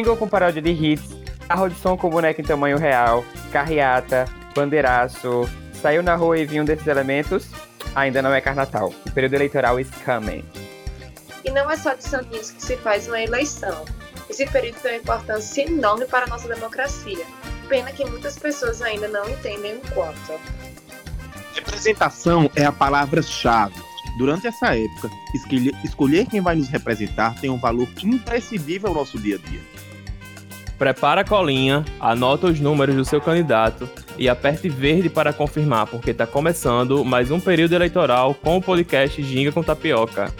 jingle com paródia de hits, carro de som com boneco em tamanho real, carreata, bandeiraço, saiu na rua e viu um desses elementos, ainda não é Carnatal. O período eleitoral is coming. E não é só de santinhos que se faz uma eleição. Esse período tem uma importância enorme para a nossa democracia. Pena que muitas pessoas ainda não entendem o quanto. Representação é a palavra-chave. Durante essa época, escolher quem vai nos representar tem um valor imprescindível ao nosso dia a dia. Prepara a colinha, anota os números do seu candidato e aperte verde para confirmar, porque está começando mais um período eleitoral com o podcast Ginga com Tapioca.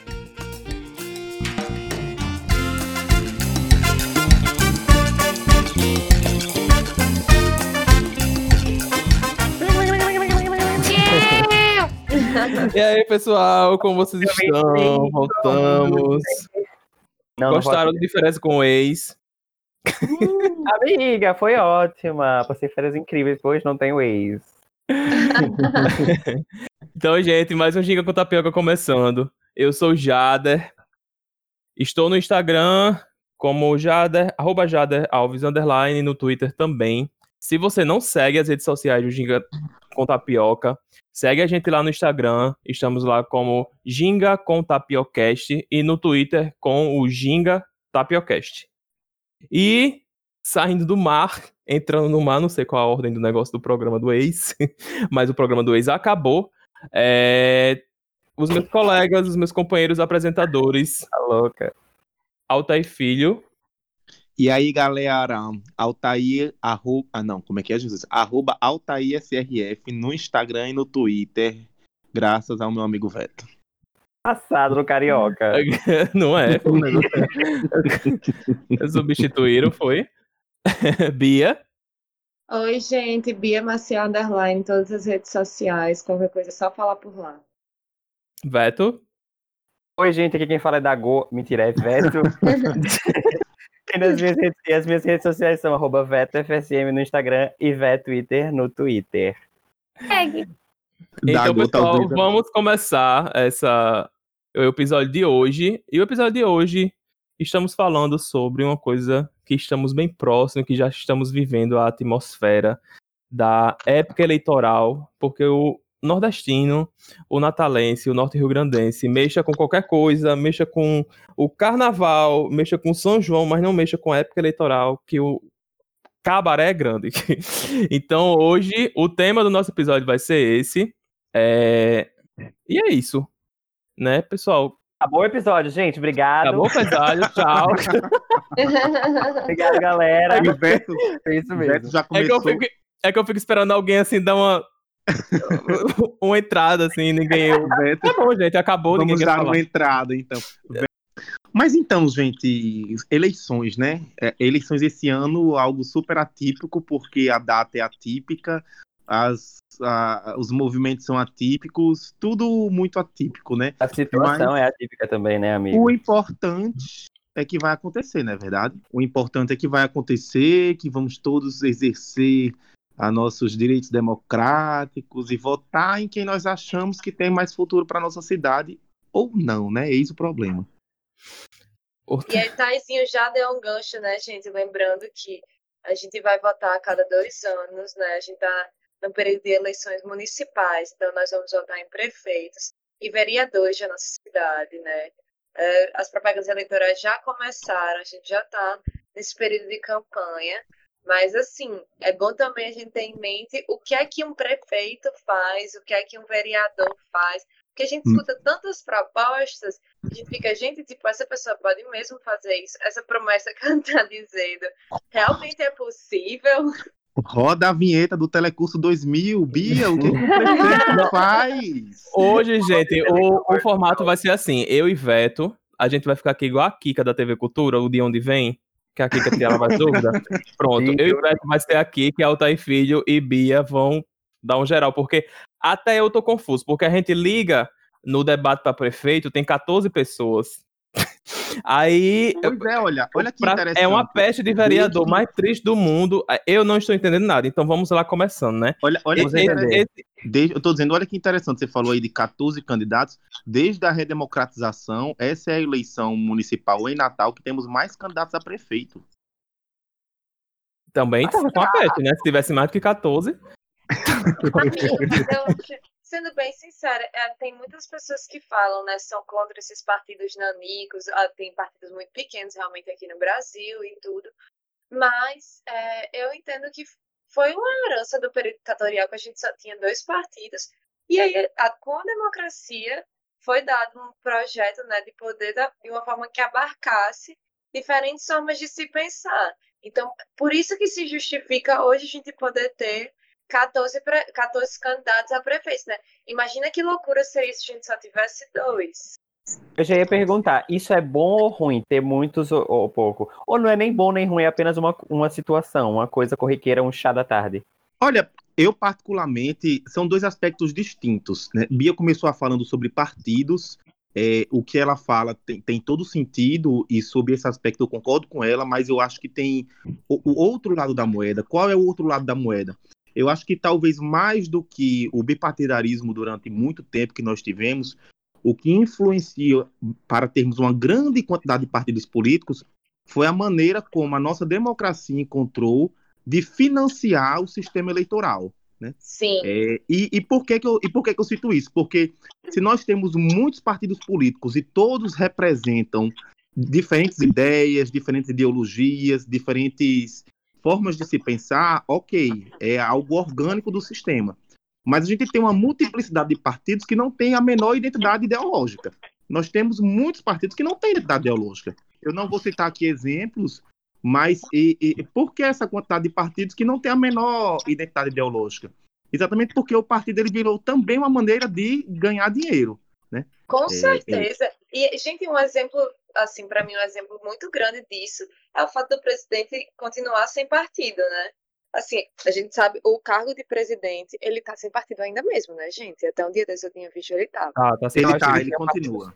E aí, pessoal, como vocês estão? Voltamos. Gostaram da diferença com o ex? Amiga, foi ótima. Passei férias incríveis, pois não tenho ex. Então, gente, mais um Ginga com Tapioca começando. Eu sou o Jader. Estou no Instagram como Jader, @JaderAlves_, no Twitter também. Se você não segue as redes sociais do Ginga com Tapioca, segue a gente lá no Instagram. Estamos lá como Ginga com Tapiocast e no Twitter com o Ginga Tapiocast. E saindo do mar, entrando no mar, não sei qual a ordem do negócio do programa do ex, mas o programa do ex acabou. Os meus colegas, os meus companheiros apresentadores. Tá louca. Altair Filho. E aí, galera, Altair, como é que é, Jesus? @AltairSRF no Instagram e no Twitter, graças ao meu amigo Veto. Passado no Carioca. Não é? Substituíram, foi? Bia. Oi, gente, Bia Maciel _ em todas as redes sociais. Qualquer coisa é só falar por lá. Veto. Oi, gente, aqui quem fala é da Mentira, é Veto. E as minhas redes sociais são @VetoFSM no Instagram e VetoTwitter no Twitter. Então, pessoal, vamos começar o episódio de hoje. E o episódio de hoje, estamos falando sobre uma coisa que estamos bem próximo, que já estamos vivendo a atmosfera da época eleitoral, porque o nordestino, o natalense, o norte-riograndense, mexa com qualquer coisa, mexa com o carnaval, mexa com São João, mas não mexa com a época eleitoral, que o cabaré é grande. Então, hoje, o tema do nosso episódio vai ser esse. E é isso, né, pessoal? Acabou o episódio, gente. Obrigado. Acabou o episódio, tchau. Obrigado, galera. É isso mesmo. Beto já começou. É que eu fico esperando alguém, assim, dar uma entrada, assim, ninguém... Tá bom, gente, acabou. Vamos dar uma entrada, então. Mas então, gente, eleições, né? Eleições esse ano, algo super atípico, porque a data é atípica, os movimentos são atípicos, tudo muito atípico, né? A situação é atípica também, né, amigo? O importante é que vai acontecer, não é verdade? O importante é que vai acontecer, que vamos todos exercer a nossos direitos democráticos e votar em quem nós achamos que tem mais futuro para nossa cidade ou não, né? Eis o problema. E aí, Taizinho já deu um gancho, né, gente? Lembrando que a gente vai votar a cada 2 anos, né? A gente tá no período de eleições municipais, então nós vamos votar em prefeitos e vereadores da nossa cidade, né? As propagandas eleitorais já começaram, a gente já tá nesse período de campanha. Mas, assim, é bom também a gente ter em mente o que é que um prefeito faz, o que é que um vereador faz. Porque a gente escuta tantas propostas, a gente fica, gente, tipo, essa pessoa pode mesmo fazer isso? Essa promessa que ela está dizendo, realmente é possível? Roda a vinheta do Telecurso 2000, Bia, o que o prefeito faz? Hoje, gente, o formato vai ser assim, eu e Veto, a gente vai ficar aqui igual a Kika da TV Cultura, o de onde vem, que a Kika tem ela mais dúvida. Pronto, eu e Veto vai ser aqui, que Altair Filho e Bia vão dar um geral, porque até eu tô confuso, porque a gente liga no debate para prefeito, tem 14 pessoas. Aí, pois olha que interessante. É uma peste de vereador mais triste do mundo. Eu não estou entendendo nada, então vamos lá começando, né? Olha eu tô dizendo, olha que interessante, você falou aí de 14 candidatos, desde a redemocratização, essa é a eleição municipal em Natal que temos mais candidatos a prefeito. Também tava com a PET, né? Se tivesse mais do que 14. Sendo bem sincera, tem muitas pessoas que falam, né, são contra esses partidos nanicos, tem partidos muito pequenos realmente aqui no Brasil e tudo, mas eu entendo que foi uma herança do período ditatorial que a gente só tinha 2 partidos, e aí com a democracia foi dado um projeto, né, de poder de uma forma que abarcasse diferentes formas de se pensar. Então, por isso que se justifica hoje a gente poder ter 14 candidatos a prefeito, né? Imagina que loucura seria se a gente só tivesse 2. Eu já ia perguntar, isso é bom ou ruim, ter muitos ou pouco? Ou não é nem bom nem ruim, é apenas uma situação, uma coisa corriqueira, um chá da tarde? Olha, eu particularmente, são 2 aspectos distintos, né? Bia começou falando sobre partidos, o que ela fala tem todo sentido, e sobre esse aspecto eu concordo com ela, mas eu acho que tem o outro lado da moeda. Qual é o outro lado da moeda? Eu acho que talvez mais do que o bipartidarismo durante muito tempo que nós tivemos, o que influencia para termos uma grande quantidade de partidos políticos foi a maneira como a nossa democracia encontrou de financiar o sistema eleitoral, né? Sim. E por que eu cito isso? Porque se nós temos muitos partidos políticos e todos representam diferentes ideias, diferentes ideologias, diferentes formas de se pensar, ok, é algo orgânico do sistema. Mas a gente tem uma multiplicidade de partidos que não tem a menor identidade ideológica. Nós temos muitos partidos que não têm identidade ideológica. Eu não vou citar aqui exemplos, mas por que essa quantidade de partidos que não tem a menor identidade ideológica? Exatamente porque o partido ele virou também uma maneira de ganhar dinheiro, né? Com certeza. E, gente, um exemplo, assim, para mim, um exemplo muito grande disso é o fato do presidente continuar sem partido, né? Assim, a gente sabe, o cargo de presidente, ele tá sem partido ainda mesmo, né, gente? Até um dia desse eu tinha visto, ele tava. Ele continua.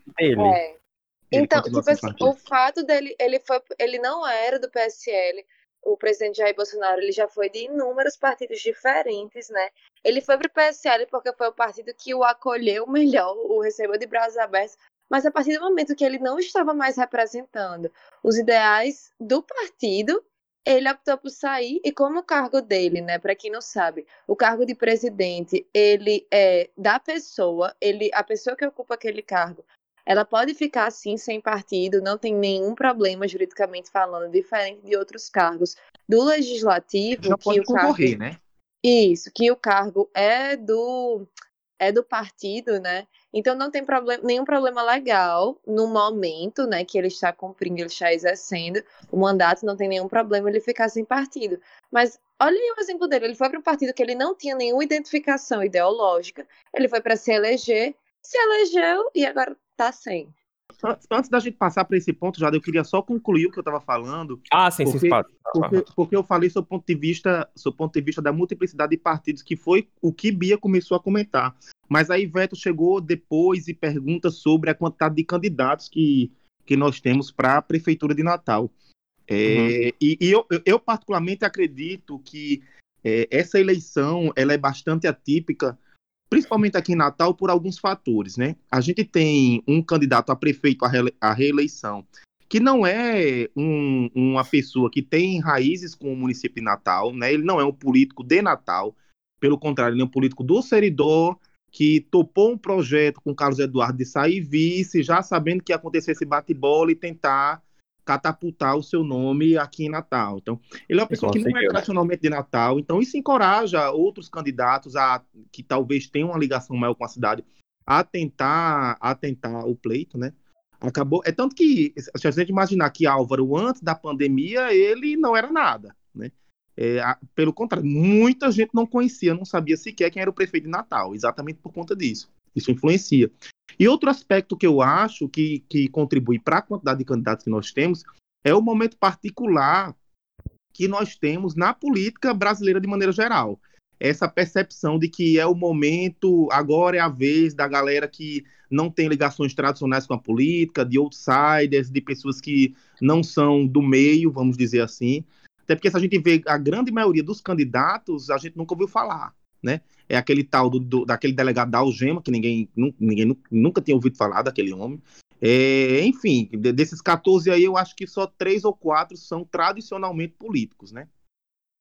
Então, tipo assim, o fato dele, ele não era do PSL, o presidente Jair Bolsonaro, ele já foi de inúmeros partidos diferentes, né? Ele foi pro PSL porque foi o partido que o acolheu melhor, o recebeu de braços abertos, mas a partir do momento que ele não estava mais representando os ideais do partido, ele optou por sair, e como o cargo dele, né, para quem não sabe, o cargo de presidente, ele é da pessoa, a pessoa que ocupa aquele cargo, ela pode ficar assim, sem partido, não tem nenhum problema juridicamente falando, diferente de outros cargos do legislativo. Já pode concorrer, né? Isso, que o cargo é do partido, né? Então não tem nenhum problema legal no momento, né, que ele está cumprindo, ele está exercendo o mandato, não tem nenhum problema ele ficar sem partido. Mas olha aí o exemplo dele, ele foi para um partido que ele não tinha nenhuma identificação ideológica, ele foi para se eleger, se elegeu e agora tá sem. Antes da gente passar para esse ponto, Jada, eu queria só concluir o que eu estava falando. Sim, porque eu falei do ponto de vista da multiplicidade de partidos, que foi o que Bia começou a comentar. Mas aí Veto chegou depois e pergunta sobre a quantidade de candidatos que nós temos para a Prefeitura de Natal. E eu particularmente acredito que essa eleição ela é bastante atípica, principalmente aqui em Natal, por alguns fatores, né? A gente tem um candidato a prefeito à reeleição, que não é uma pessoa que tem raízes com o município de Natal, né? Ele não é um político de Natal, pelo contrário, ele é um político do Seridó, que topou um projeto com Carlos Eduardo de sair vice, já sabendo que ia acontecer esse bate-bola e tentar catapultar o seu nome aqui em Natal. Então, ele é uma pessoa que não é tradicionalmente de Natal, então isso encoraja outros candidatos que talvez tenham uma ligação maior com a cidade a tentar o pleito, né? É tanto que, se a gente imaginar que Álvaro, antes da pandemia, ele não era nada, né? Pelo contrário, muita gente não conhecia, não sabia sequer quem era o prefeito de Natal, exatamente por conta disso. Isso influencia. E outro aspecto que eu acho que contribui para a quantidade de candidatos que nós temos é o momento particular que nós temos na política brasileira de maneira geral. Essa percepção de que é o momento, agora é a vez da galera que não tem ligações tradicionais com a política, de outsiders, de pessoas que não são do meio, vamos dizer assim. Até porque se a gente vê a grande maioria dos candidatos, a gente nunca ouviu falar, né? É aquele tal daquele delegado da Algema, que ninguém nunca tinha ouvido falar daquele homem. Enfim, desses 14 aí, eu acho que só 3 ou 4 são tradicionalmente políticos, né?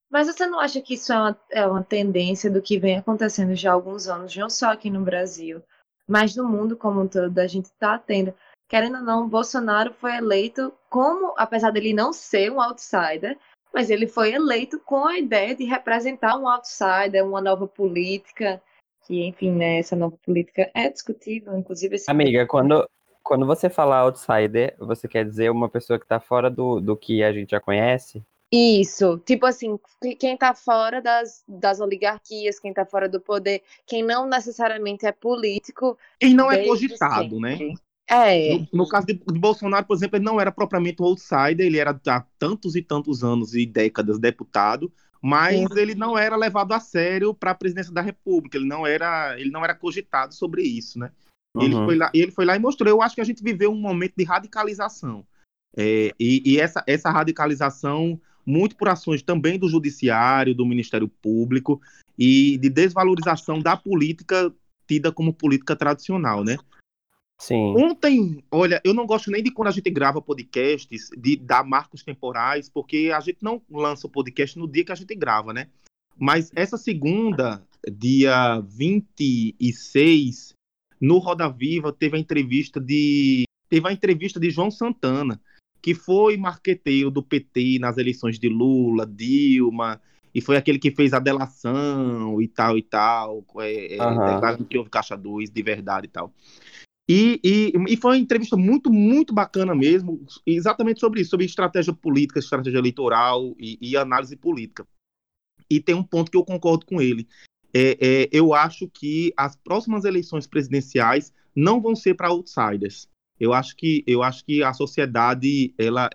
Mas você não acha que isso é uma tendência do que vem acontecendo já há alguns anos, não só aqui no Brasil, mas no mundo como um todo, a gente está tendo. Querendo ou não, Bolsonaro foi eleito como, apesar dele não ser um outsider, mas ele foi eleito com a ideia de representar um outsider, uma nova política, que, enfim, né, essa nova política é discutível, inclusive esse Amiga, quando você fala outsider, você quer dizer uma pessoa que tá fora do que a gente já conhece? Isso, tipo assim, quem tá fora das oligarquias, quem tá fora do poder, quem não necessariamente é político Quem não é desde cogitado, né? sempre. É, No caso de Bolsonaro, por exemplo, ele não era propriamente um outsider, ele era há tantos e tantos anos e décadas deputado, mas sim. ele não era levado a sério para a presidência da República, ele não era cogitado sobre isso, né? E Uhum. ele foi lá e mostrou. Eu acho que a gente viveu um momento de radicalização. Essa radicalização, muito por ações também do Judiciário, do Ministério Público, e de desvalorização da política tida como política tradicional, né? Sim. Ontem, olha, eu não gosto nem de quando a gente grava podcasts, de dar marcos temporais, porque a gente não lança o podcast no dia que a gente grava, né? Mas essa segunda, dia 26, no Roda Viva, teve a entrevista de João Santana, que foi marqueteiro do PT nas eleições de Lula, Dilma, e foi aquele que fez a delação e tal, Aham. declarando que houve caixa 2 de verdade e tal. E foi uma entrevista muito, muito bacana mesmo, exatamente sobre isso, sobre estratégia política, estratégia eleitoral e análise política. E tem um ponto que eu concordo com ele. Eu acho que as próximas eleições presidenciais não vão ser para outsiders. Eu acho que a sociedade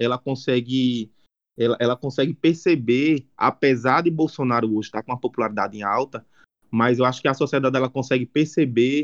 ela consegue perceber, apesar de Bolsonaro hoje estar com uma popularidade em alta, mas eu acho que a sociedade ela consegue perceber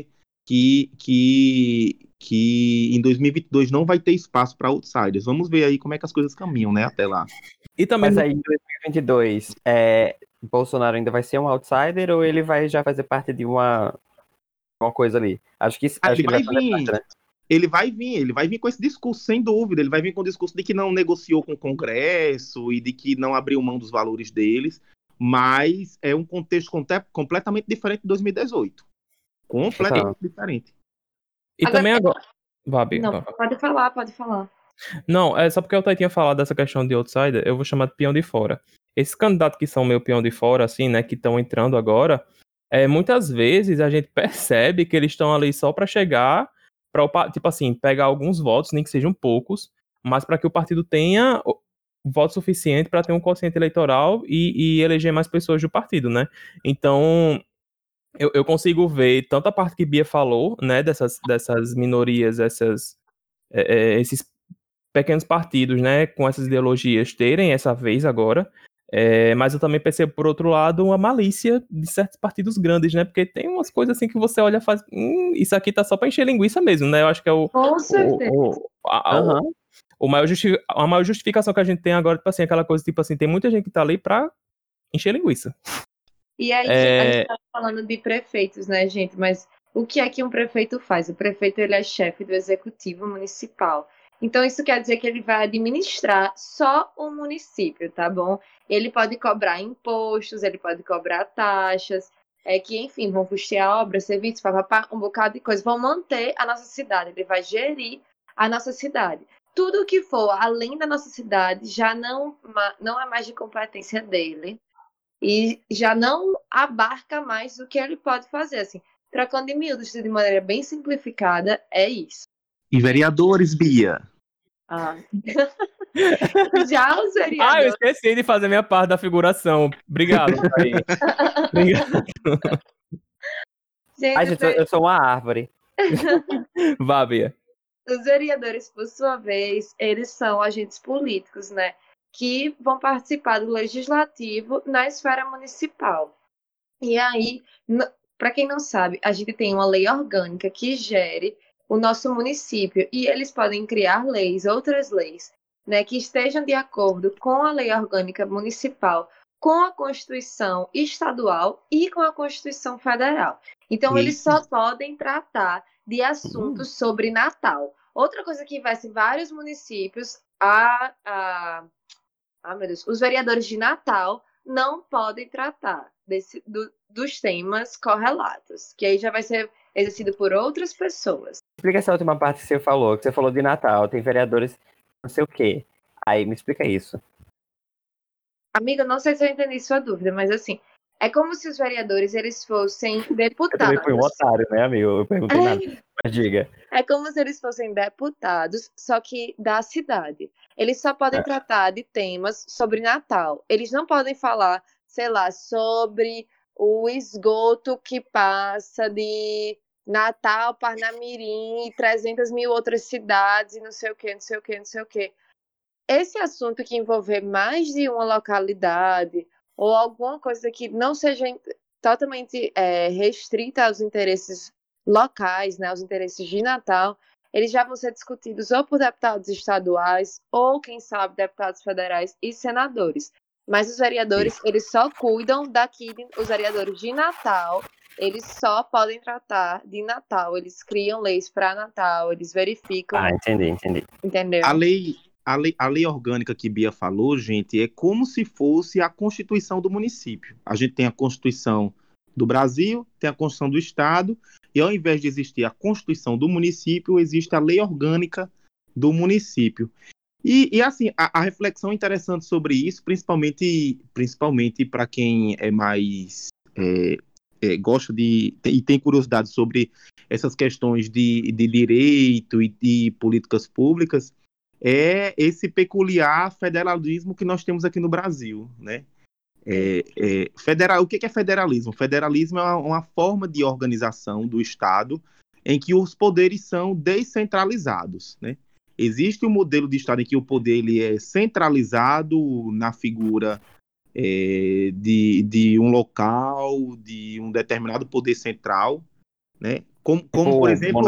que em 2022 não vai ter espaço para outsiders. Vamos ver aí como é que as coisas caminham, né, até lá. E também Mas aí em 2022, Bolsonaro ainda vai ser um outsider ou ele vai já fazer parte de uma coisa ali? Acho que Ele ele vai vai fazer parte, vir, né? ele vai vir com esse discurso, sem dúvida. Ele vai vir com o discurso de que não negociou com o Congresso e de que não abriu mão dos valores deles, mas é um contexto completamente diferente de 2018. Total. Completamente diferente. E Agora, também agora. Vá, Bia, não, vá. pode falar, pode falar. Não, é só porque o Thay tinha falado dessa questão de outsider, eu vou chamar de peão de fora. Esses candidatos que são meio peão de fora, assim, né, que estão entrando agora, muitas vezes a gente percebe que eles estão ali só para chegar, tipo assim, pegar alguns votos, nem que sejam poucos, mas para que o partido tenha voto suficiente para ter um quociente eleitoral e eleger mais pessoas do partido, né? Então, eu consigo ver tanto a parte que Bia falou, né, dessas minorias, esses pequenos partidos, né, com essas ideologias terem essa vez agora, mas eu também percebo, por outro lado, uma malícia de certos partidos grandes, né, porque tem umas coisas assim que você olha e faz, isso aqui tá só pra encher linguiça mesmo, né, eu acho que é Com certeza. Aham. a maior justificação que a gente tem agora, tipo assim, aquela coisa, tipo assim, tem muita gente que tá ali pra encher linguiça. E aí, a gente tá falando de prefeitos, né, gente? Mas o que é que um prefeito faz? O prefeito, ele é chefe do executivo municipal. Então, isso quer dizer que ele vai administrar só o município, tá bom? Ele pode cobrar impostos, ele pode cobrar taxas, que, enfim, vão custear obras, serviços, papapá, um bocado de coisa. Vão manter a nossa cidade, ele vai gerir a nossa cidade. Tudo que for além da nossa cidade já não é mais de competência dele e já não abarca mais o que ele pode fazer. Assim, trocando em miúdos de maneira bem simplificada, é isso. E vereadores, Bia? Já os Eu vereadores. esqueci de fazer minha parte da figuração. Obrigado, Thay. Obrigado. Gente, Eu sou uma árvore. Vá, Bia. os vereadores, por sua vez, eles são agentes políticos, né? Que vão participar do legislativo na esfera municipal. E aí, para quem não sabe, a gente tem uma lei orgânica que gere o nosso município e eles podem criar leis, outras leis, né, que estejam de acordo com a lei orgânica municipal, com a Constituição estadual e com a Constituição federal. Então, eles só podem tratar de assuntos sobre Natal. Outra coisa que vai ser vários municípios, meu Deus, os vereadores de Natal não podem tratar dos temas correlatos, que aí já vai ser exercido por outras pessoas. Explica essa última parte que você falou de Natal, tem vereadores não sei o quê. Aí, me explica isso. Amiga, não sei se eu entendi sua dúvida, mas assim, é como se os vereadores, eles fossem deputados. Eu também fui um otário, né, amigo? Eu perguntei nada, mas diga. É como se eles fossem deputados, só que da cidade. Eles só podem tratar de temas sobre Natal. Eles não podem falar, sei lá, sobre o esgoto que passa de Natal, Parnamirim e 300 mil outras cidades e não sei o que, não sei o que, não sei o que. Esse assunto que envolver mais de uma localidade ou alguma coisa que não seja totalmente restrita aos interesses locais, né, aos interesses de Natal, eles já vão ser discutidos ou por deputados estaduais ou, quem sabe, deputados federais e senadores. Mas os vereadores, eles só cuidam os vereadores de Natal, eles só podem tratar de Natal, eles criam leis para Natal, eles verificam. Ah, entendi. Entendeu? A lei orgânica que Bia falou, gente, é como se fosse a Constituição do município. A gente tem a Constituição do Brasil, tem a Constituição do Estado, e ao invés de existir a Constituição do município, existe a lei orgânica do município. E assim, a reflexão interessante sobre isso, principalmente para quem é mais gosta e tem curiosidade sobre essas questões de direito e de políticas públicas, é esse peculiar federalismo que nós temos aqui no Brasil, né? O que é federalismo? Federalismo é uma forma de organização do Estado em que os poderes são descentralizados, né? Existe um modelo de Estado em que o poder ele é centralizado na figura de um local, de um determinado poder central, né? Como por exemplo,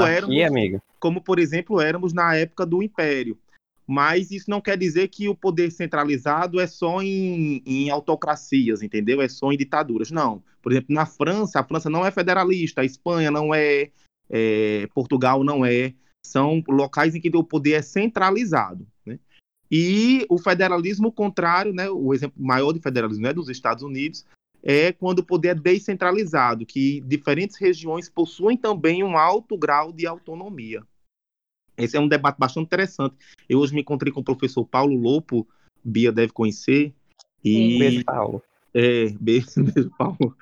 éramos na época do Império. Mas isso não quer dizer que o poder centralizado é só em autocracias, entendeu? É só em ditaduras. Não. Por exemplo, na França, a França não é federalista, a Espanha não é, Portugal não é. São locais em que o poder é centralizado, né? E o federalismo contrário, né, o exemplo maior de federalismo é dos Estados Unidos, é quando o poder é descentralizado, que diferentes regiões possuem também um alto grau de autonomia. Esse é um debate bastante interessante. Eu hoje me encontrei com o professor Paulo Lopo, Bia deve conhecer. Beijo, Paulo. Beijo, Paulo.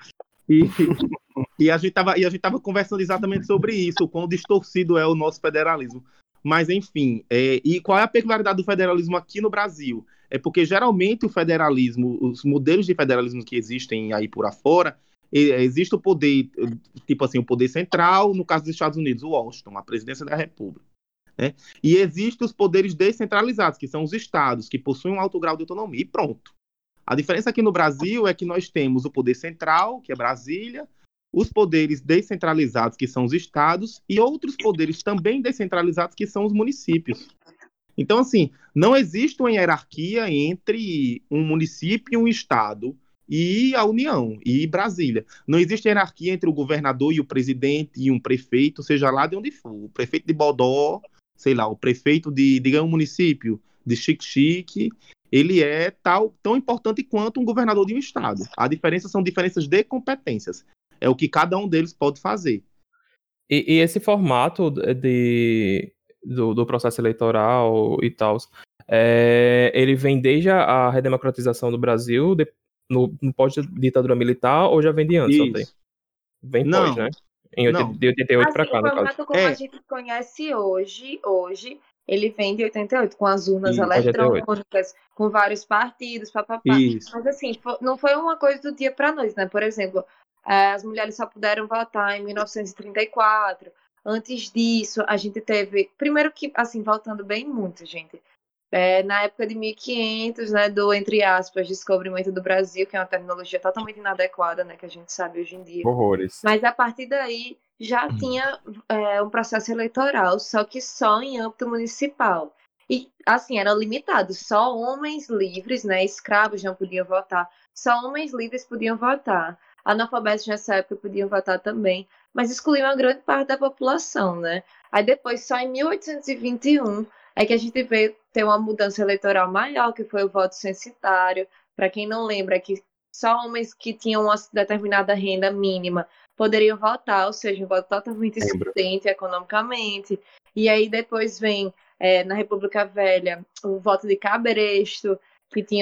E a gente estava conversando exatamente sobre isso, o quão distorcido é o nosso federalismo. Mas, enfim, e qual é a peculiaridade do federalismo aqui no Brasil? É porque, geralmente, o federalismo, os modelos de federalismo que existem aí por afora, existe o poder, tipo assim, o poder central, no caso dos Estados Unidos, o Washington, a presidência da República, né? E existem os poderes descentralizados, que são os estados, que possuem um alto grau de autonomia, e pronto. A diferença aqui no Brasil é que nós temos o poder central, que é Brasília, os poderes descentralizados, que são os estados, e outros poderes também descentralizados, que são os municípios. Então, assim, não existe uma hierarquia entre um município e um estado, e a União, e Brasília. Não existe hierarquia entre o governador e o presidente e um prefeito, seja lá de onde for. O prefeito de Bodó, sei lá, o prefeito de um município, de Xique-Xique, ele é tão importante quanto um governador de um estado. A diferença são diferenças de competências. É o que cada um deles pode fazer. E esse formato do processo eleitoral e tal, ele vem desde a redemocratização do Brasil, no pós-ditadura militar, ou já vem de antes? Isso. Vem não, pós, né? De 88 para cá, no caso. O formato como a gente conhece hoje, ele vem de 88, com as urnas eletrônicas, com vários partidos, papapá. Mas assim, não foi uma coisa do dia para noite, né? Por exemplo, as mulheres só puderam votar em 1934. Antes disso, a gente teve... Primeiro que, assim, voltando bem muito, gente. Na época de 1500, né, do, entre aspas, descobrimento do Brasil, que é uma terminologia totalmente inadequada, né, que a gente sabe hoje em dia. Horrores. Mas a partir daí já tinha um processo eleitoral, só que só em âmbito municipal. E, assim, era limitado, só homens livres, né, escravos não podiam votar, só homens livres podiam votar. Analfabetos nessa época podiam votar também, mas excluíam uma grande parte da população, né? Aí depois, só em 1821, é que a gente veio ter uma mudança eleitoral maior, que foi o voto censitário. Para quem não lembra, que só homens que tinham uma determinada renda mínima poderiam votar, ou seja, um voto totalmente excludente economicamente. E aí depois vem, na República Velha, o voto de cabresto, que tinha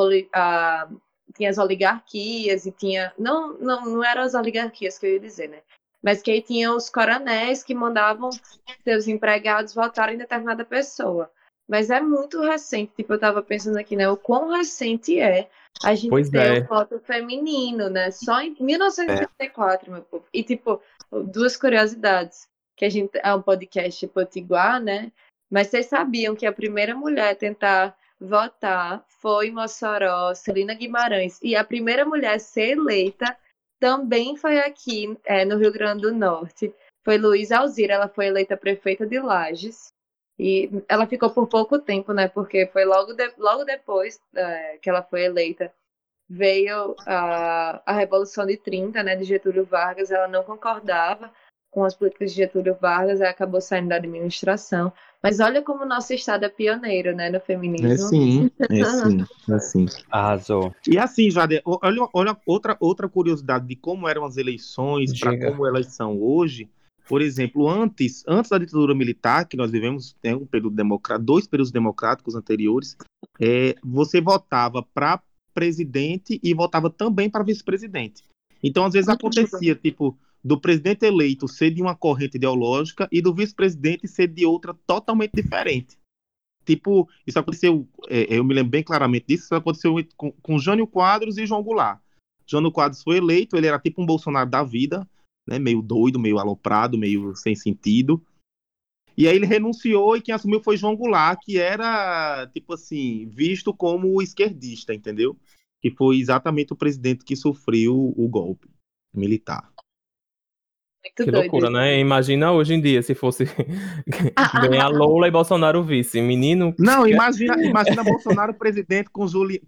tinha as oligarquias, e tinha... Não eram as oligarquias que eu ia dizer, né? Mas que aí tinha os coronéis que mandavam seus empregados votarem em determinada pessoa. Mas é muito recente, tipo, eu tava pensando aqui, né? O quão recente a gente ter o voto feminino, né? Só em 1934, meu povo. E, tipo, duas curiosidades. Que a gente é um podcast potiguar, né? Mas vocês sabiam que a primeira mulher a tentar votar foi em Mossoró, Celina Guimarães. E a primeira mulher a ser eleita também foi aqui, no Rio Grande do Norte. Foi Luísa Alzira, ela foi eleita prefeita de Lages. E ela ficou por pouco tempo, né? Porque foi logo depois que ela foi eleita. Veio a Revolução de 30, né? De Getúlio Vargas. Ela não concordava com as políticas de Getúlio Vargas, ela acabou saindo da administração. Mas olha como o nosso estado é pioneiro, né? No feminismo. É sim. Arrasou. E assim, Jade, olha outra curiosidade de como eram as eleições para como elas são hoje. Por exemplo, antes da ditadura militar, que nós vivemos um período dois períodos democráticos anteriores, você votava para presidente e votava também para vice-presidente. Então, às vezes acontecia, tipo, do presidente eleito ser de uma corrente ideológica e do vice-presidente ser de outra totalmente diferente. Tipo, isso aconteceu, eu me lembro bem claramente disso, isso aconteceu com Jânio Quadros e João Goulart. Jânio Quadros foi eleito, ele era tipo um Bolsonaro da vida, né, meio doido, meio aloprado, meio sem sentido. E aí ele renunciou e quem assumiu foi João Goulart, que era, tipo assim, visto como esquerdista, entendeu? Que foi exatamente o presidente que sofreu o golpe militar. Muito que doido. loucura, né? Imagina hoje em dia se fosse ganhar Lula e Bolsonaro vice. Menino. Não, imagina Bolsonaro presidente com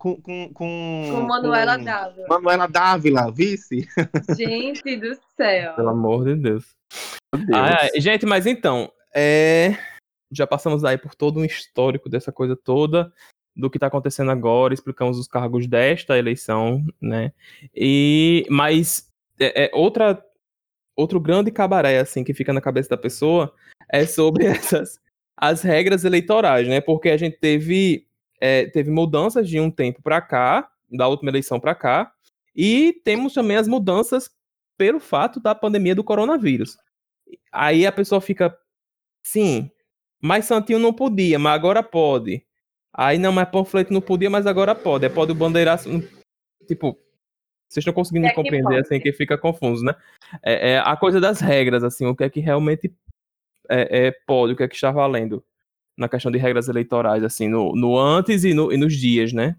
Manuela Dávila. Manuela Dávila, vice. Gente do céu. Pelo amor de Deus. Meu Deus. Gente, mas então, já passamos aí por todo um histórico dessa coisa toda, do que está acontecendo agora, explicamos os cargos desta eleição, né? Mas outro grande cabaré, assim, que fica na cabeça da pessoa é sobre as regras eleitorais, né? Porque a gente teve mudanças de um tempo para cá, da última eleição para cá, e temos também as mudanças pelo fato da pandemia do coronavírus. Aí a pessoa fica, sim, mas Santinho não podia, mas agora pode. Aí não, mas panfleto não podia, mas agora pode. Pode o bandeiraço, tipo... Vocês estão conseguindo compreender, assim, que fica confuso, né? A coisa das regras, assim, o que é que realmente pode, o que é que está valendo na questão de regras eleitorais, assim, no antes e nos dias, né?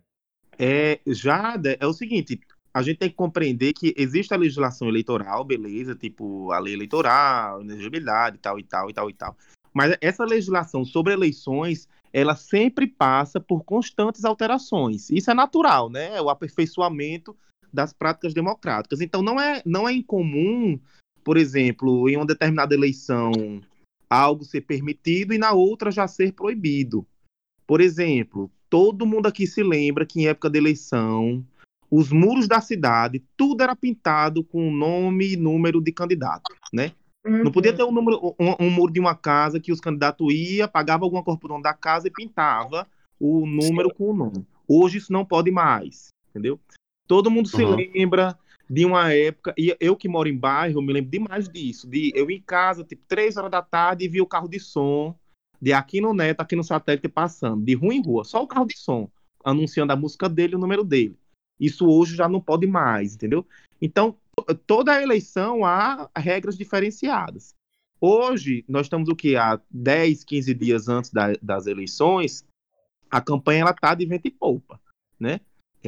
É o seguinte, a gente tem que compreender que existe a legislação eleitoral, beleza, tipo a lei eleitoral, elegibilidade, tal e tal e tal e tal. Mas essa legislação sobre eleições, ela sempre passa por constantes alterações. Isso é natural, né? É o aperfeiçoamento das práticas democráticas. Então, não é incomum, por exemplo, em uma determinada eleição, algo ser permitido e na outra já ser proibido. Por exemplo, todo mundo aqui se lembra que em época de eleição, os muros da cidade, tudo era pintado com nome e número de candidato, né? Não podia ter um muro de uma casa que os candidatos iam, pagava alguma coisa por dono da casa e pintava o número com o nome. Hoje isso não pode mais, entendeu? Todo mundo se lembra de uma época, e eu que moro em bairro, me lembro demais disso, de eu em casa, tipo, 3 horas da tarde, e vi o carro de som de Aquino Neto, aqui no satélite, passando, de rua em rua, só o carro de som, anunciando a música dele e o número dele. Isso hoje já não pode mais, entendeu? Então, toda a eleição há regras diferenciadas. Hoje, nós estamos o quê? Há 10, 15 dias antes das eleições, a campanha está de vento e polpa, né?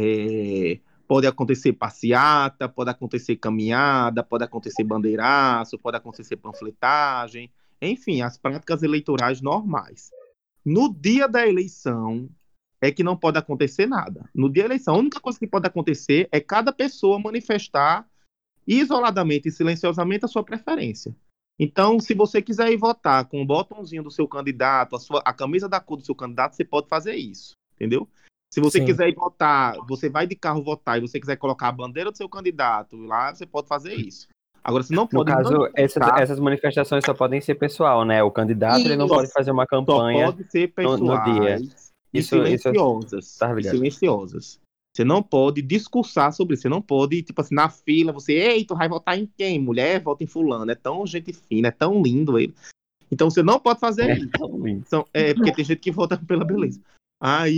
Pode acontecer passeata, pode acontecer caminhada, pode acontecer bandeiraço, pode acontecer panfletagem, enfim, as práticas eleitorais normais. No dia da eleição é que não pode acontecer nada. No dia da eleição, a única coisa que pode acontecer é cada pessoa manifestar isoladamente e silenciosamente a sua preferência. Então, se você quiser ir votar com o botãozinho do seu candidato, a camisa da cor do seu candidato, você pode fazer isso, entendeu? Se você Sim. quiser ir votar, você vai de carro votar e você quiser colocar a bandeira do seu candidato lá, você pode fazer isso. Agora, você não No pode caso, manifestar, essas manifestações só podem ser pessoal, né? O candidato ele não Isso. pode fazer uma só campanha pode ser no dia. pessoais e Isso silenciosas. tá E ligado. silenciosas. Você não pode discursar sobre isso. Você não pode, tipo assim, na fila, você, ei, tu vai votar em quem? Mulher, vota em fulano. É tão gente fina, é tão lindo ele. Então você não pode fazer isso. Porque tem gente que vota pela beleza. Aí,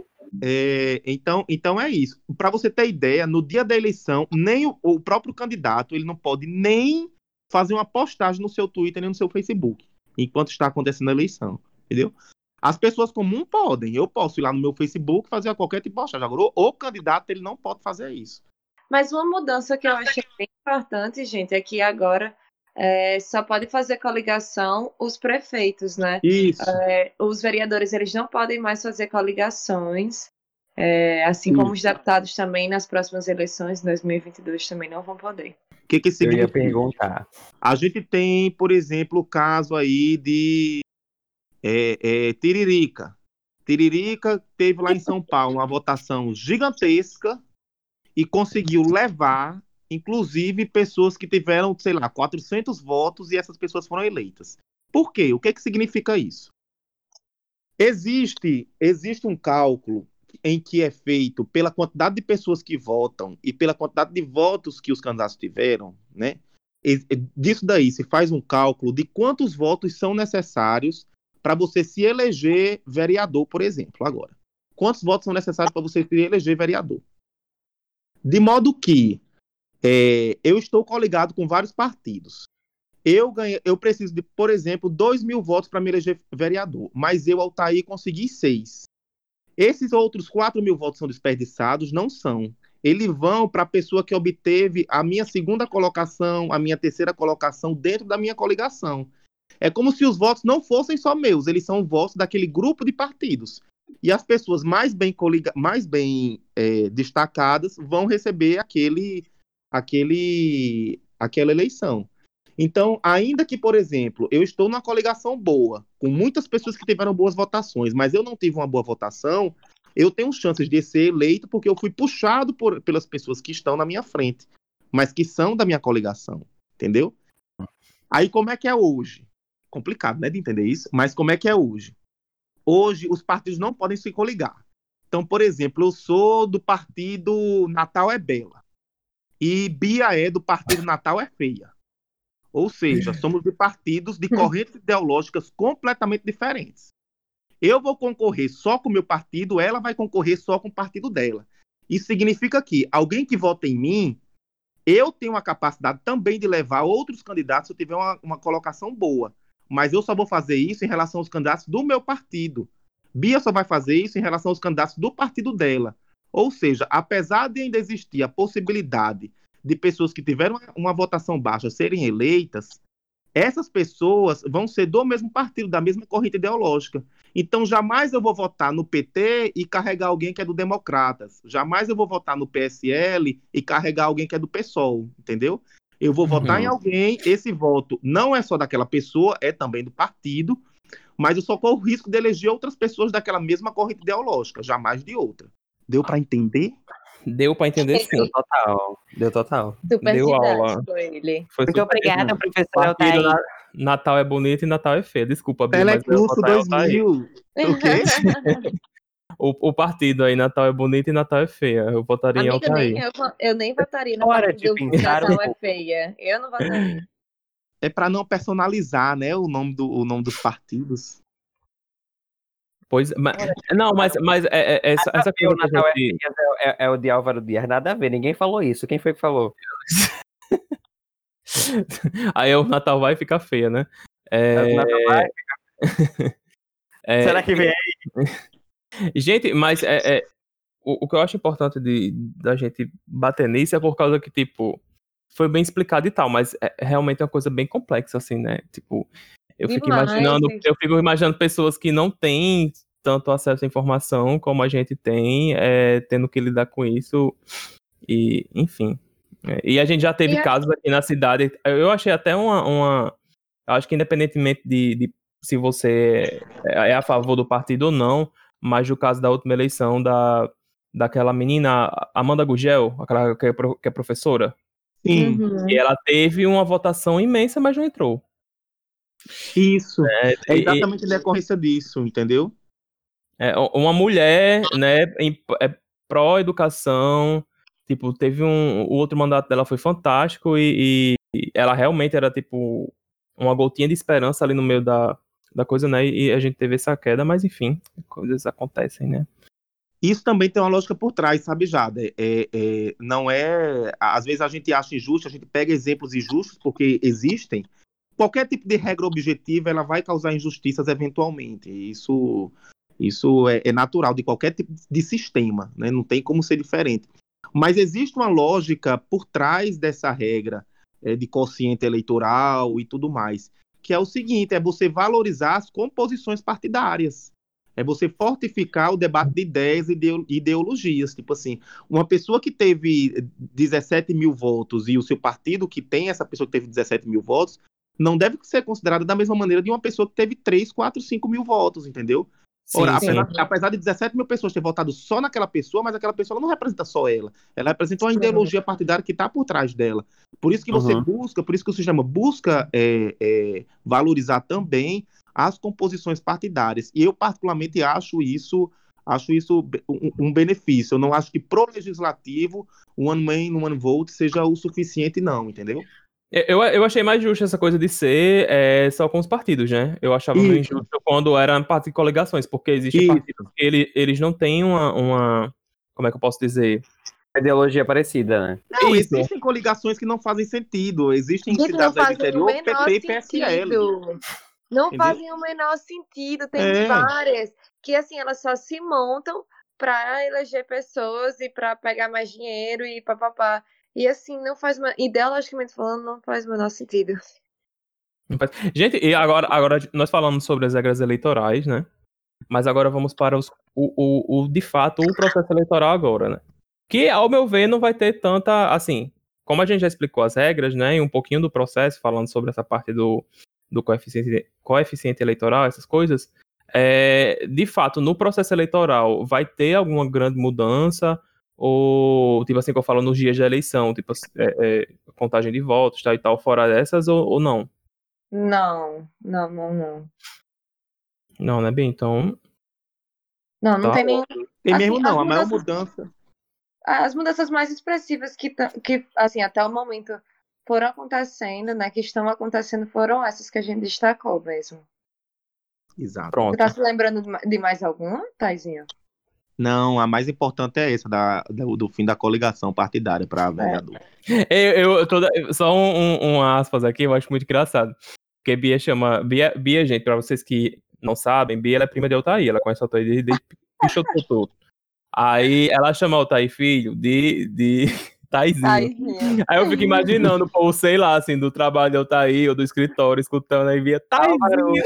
então é isso. Para você ter ideia, no dia da eleição, nem o próprio candidato, ele não pode nem fazer uma postagem no seu Twitter nem no seu Facebook, enquanto está acontecendo a eleição, entendeu? As pessoas comuns podem. Eu posso ir lá no meu Facebook fazer qualquer tipo de postagem. Agora, o candidato, ele não pode fazer isso. Mas uma mudança que eu achei bem importante, gente, é que agora só pode fazer coligação os prefeitos, né? Isso. Os vereadores, eles não podem mais fazer coligações, assim como os Isso. deputados também, nas próximas eleições, em 2022, também não vão poder. O que Eu ia significa? perguntar. A gente tem, por exemplo, o caso aí de Tiririca. Tiririca teve lá em São Paulo uma votação gigantesca e conseguiu levar, inclusive, pessoas que tiveram, sei lá, 400 votos e essas pessoas foram eleitas. Por quê? O que significa isso? Existe um cálculo em que é feito pela quantidade de pessoas que votam e pela quantidade de votos que os candidatos tiveram, né? Disso daí se faz um cálculo de quantos votos são necessários para você se eleger vereador, por exemplo, agora. Quantos votos são necessários para você se eleger vereador? De modo que eu estou coligado com vários partidos. Eu preciso de, por exemplo, 2.000 votos para me eleger vereador, mas eu, Altair, consegui 6. Esses outros 4.000 votos são desperdiçados? Não são. Eles vão para a pessoa que obteve a minha segunda colocação, a minha terceira colocação dentro da minha coligação. É como se os votos não fossem só meus, eles são votos daquele grupo de partidos. E as pessoas mais bem destacadas vão receber aquela eleição. Então, ainda que, por exemplo, eu estou numa coligação boa, com muitas pessoas que tiveram boas votações, mas eu não tive uma boa votação, eu tenho chances de ser eleito porque eu fui puxado pelas pessoas que estão na minha frente, mas que são da minha coligação, entendeu? Aí, como é que é hoje? Complicado, né, de entender isso, mas como é que é hoje? Hoje, os partidos não podem se coligar. Então, por exemplo, eu sou do partido Natal é Bela, e Bia é do partido Natal é Feia. Ou seja, somos de partidos de correntes ideológicas completamente diferentes. Eu vou concorrer só com o meu partido, ela vai concorrer só com o partido dela. Isso significa que alguém que vota em mim, eu tenho a capacidade também de levar outros candidatos se eu tiver uma colocação boa. Mas eu só vou fazer isso em relação aos candidatos do meu partido. Bia só vai fazer isso em relação aos candidatos do partido dela. Ou seja, apesar de ainda existir a possibilidade de pessoas que tiveram uma votação baixa serem eleitas, essas pessoas vão ser do mesmo partido, da mesma corrente ideológica. Então, jamais eu vou votar no PT e carregar alguém que é do Democratas. Jamais eu vou votar no PSL e carregar alguém que é do PSOL, entendeu? Eu vou votar em alguém, esse voto não é só daquela pessoa, é também do partido, mas eu só corro o risco de eleger outras pessoas daquela mesma corrente ideológica, jamais de outra. Deu para entender? Deu pra entender sim. Deu total. Super Deu aula. didático ele. Foi Muito super obrigada, didático. professor Partido Altair. Natal é bonito e Natal é feio. Desculpa, Bia, mas eu Telecurso vou botar Altair. 2000. O quê? O partido aí, Natal é bonito e Natal é feia. Eu votaria em Amiga, Altair. eu nem votaria no Hora partido de do pensar Natal um é pouco. feia. Eu não votaria. É para não personalizar, né, o nome dos partidos. Pois, mas essa O coisa que a Natal gente... é o de Álvaro Dias, nada a ver, ninguém falou isso. Quem foi que falou? Aí o Natal vai ficar feia, né? O Natal vai? Será que vem aí? Gente, mas o que eu acho importante da gente bater nisso é por causa que, tipo, foi bem explicado e tal, mas realmente é uma coisa bem complexa, assim, né? Tipo, eu fico imaginando pessoas que não têm tanto acesso à informação como a gente tem, tendo que lidar com isso, e, enfim. E a gente já teve casos aqui na cidade, eu achei até acho que independentemente de se você é a favor do partido ou não, mas o caso da última eleição daquela menina, Amanda Gugel, aquela que é professora, Sim, e ela teve uma votação imensa, mas não entrou. isso. É E- exatamente a decorrência disso, entendeu? uma mulher, né, é pró-educação, tipo, o outro mandato dela foi fantástico e ela realmente era, tipo, uma gotinha de esperança ali no meio da coisa, né, e a gente teve essa queda, mas enfim, coisas acontecem, né. Isso também tem uma lógica por trás, sabe, Jada? Não é. Às vezes a gente acha injusto, a gente pega exemplos injustos porque existem. Qualquer tipo de regra objetiva, ela vai causar injustiças eventualmente. Isso é natural de qualquer tipo de sistema, né? Não tem como ser diferente. Mas existe uma lógica por trás dessa regra de quociente eleitoral e tudo mais, que é o seguinte: é você valorizar as composições partidárias. É você fortificar o debate de ideias e ideologias. Tipo assim, uma pessoa que teve 17 mil votos e o seu partido que tem essa pessoa que teve 17 mil votos não deve ser considerada da mesma maneira de uma pessoa que teve 3, 4, 5 mil votos, entendeu? Ora, apesar de 17 mil pessoas ter votado só naquela pessoa, mas aquela pessoa não representa só ela. Ela representa uma ideologia partidária que está por trás dela. Por isso que você busca, por isso que o sistema busca valorizar também as composições partidárias. E eu, particularmente, acho isso um benefício. Eu não acho que pro legislativo o one man, one vote seja o suficiente, não, entendeu? Eu achei mais justo essa coisa de ser só com os partidos, né? Eu achava meio injusto quando era parte de coligações, porque existem partidos que eles não têm uma. Como é que eu posso dizer? Ideologia parecida, né? Não, existem coligações que não fazem sentido. Existem cidades aí do interior, PT e PSL. Não fazem o menor sentido. Tem várias que, assim, elas só se montam para eleger pessoas e para pegar mais dinheiro e papapá. E assim, ideologicamente falando, não faz o menor sentido. Gente, e agora nós falamos sobre as regras eleitorais, né? Mas agora vamos para de fato, o processo eleitoral agora, né? Que, ao meu ver, não vai ter tanta, assim, como a gente já explicou as regras, né? E um pouquinho do processo, falando sobre essa parte do coeficiente eleitoral, essas coisas. De fato, no processo eleitoral, vai ter alguma grande mudança? Ou, tipo assim, que eu falo nos dias da eleição, tipo, contagem de votos, tal e tal, fora dessas, ou não? Não. Não, né, bem? Então. Não tem nenhum. Tem mesmo não, a maior mudança. As mudanças mais expressivas que assim, até o momento foram acontecendo, né? Que estão acontecendo foram essas que a gente destacou mesmo. Exato. Pronto. Você tá se lembrando de mais alguma, Taizinha? Não, a mais importante é essa, do fim da coligação partidária para vereador. Só um aspas aqui, eu acho muito engraçado. Porque Bia, gente, pra vocês que não sabem, Bia ela é prima de Altair, ela conhece o Altair desde Pichototo. Aí ela chama o Altair filho de Taizinho. Aí eu fico imaginando, pô, sei lá, assim, do trabalho de Altair ou do escritório, escutando aí via Taizinho.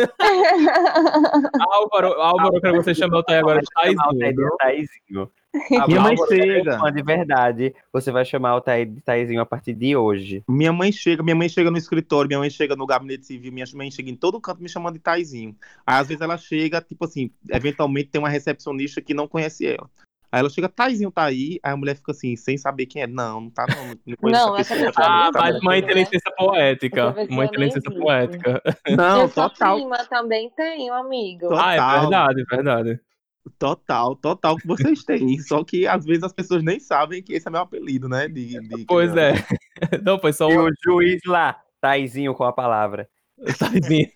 Álvaro, eu quero que você chame o Altair agora de Taizinho. Minha mãe chega. De verdade, você vai chamar o Altair de Taizinho a partir de hoje. Minha mãe chega no escritório, minha mãe chega no gabinete civil, minha mãe chega em todo canto me chamando de Taizinho. Aí às vezes ela chega, tipo assim, eventualmente tem uma recepcionista que não conhece ela. Aí ela chega, Taizinho tá aí, aí a mulher fica assim, sem saber quem é. Não tá não conheço essa pessoa. Mas mãe tem licença poética. Mãe tem licença poética. Não, total. Prima também tem um amigo. Total. É verdade. Total que vocês têm. Só que às vezes as pessoas nem sabem que esse é meu apelido, né? Pois criança. Não, foi só E o juiz lá, Taizinho com a palavra. Taizinho.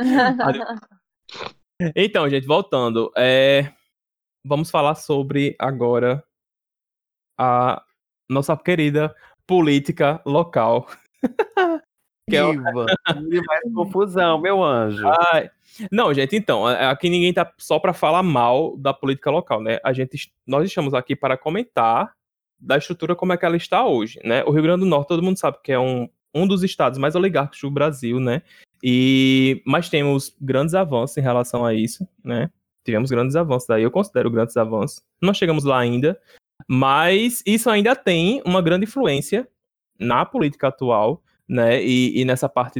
Então, gente, voltando. Vamos falar sobre agora a nossa querida política local. Que mais confusão, meu anjo. Não, gente, então, aqui ninguém tá só para falar mal da política local, né? Nós estamos aqui para comentar da estrutura como é que ela está hoje, né? O Rio Grande do Norte, todo mundo sabe que é um dos estados mais oligárquicos do Brasil, né? Mas temos grandes avanços em relação a isso, né? Tivemos grandes avanços, daí eu considero grandes avanços. Não chegamos lá ainda, mas isso ainda tem uma grande influência na política atual, né? E nessa parte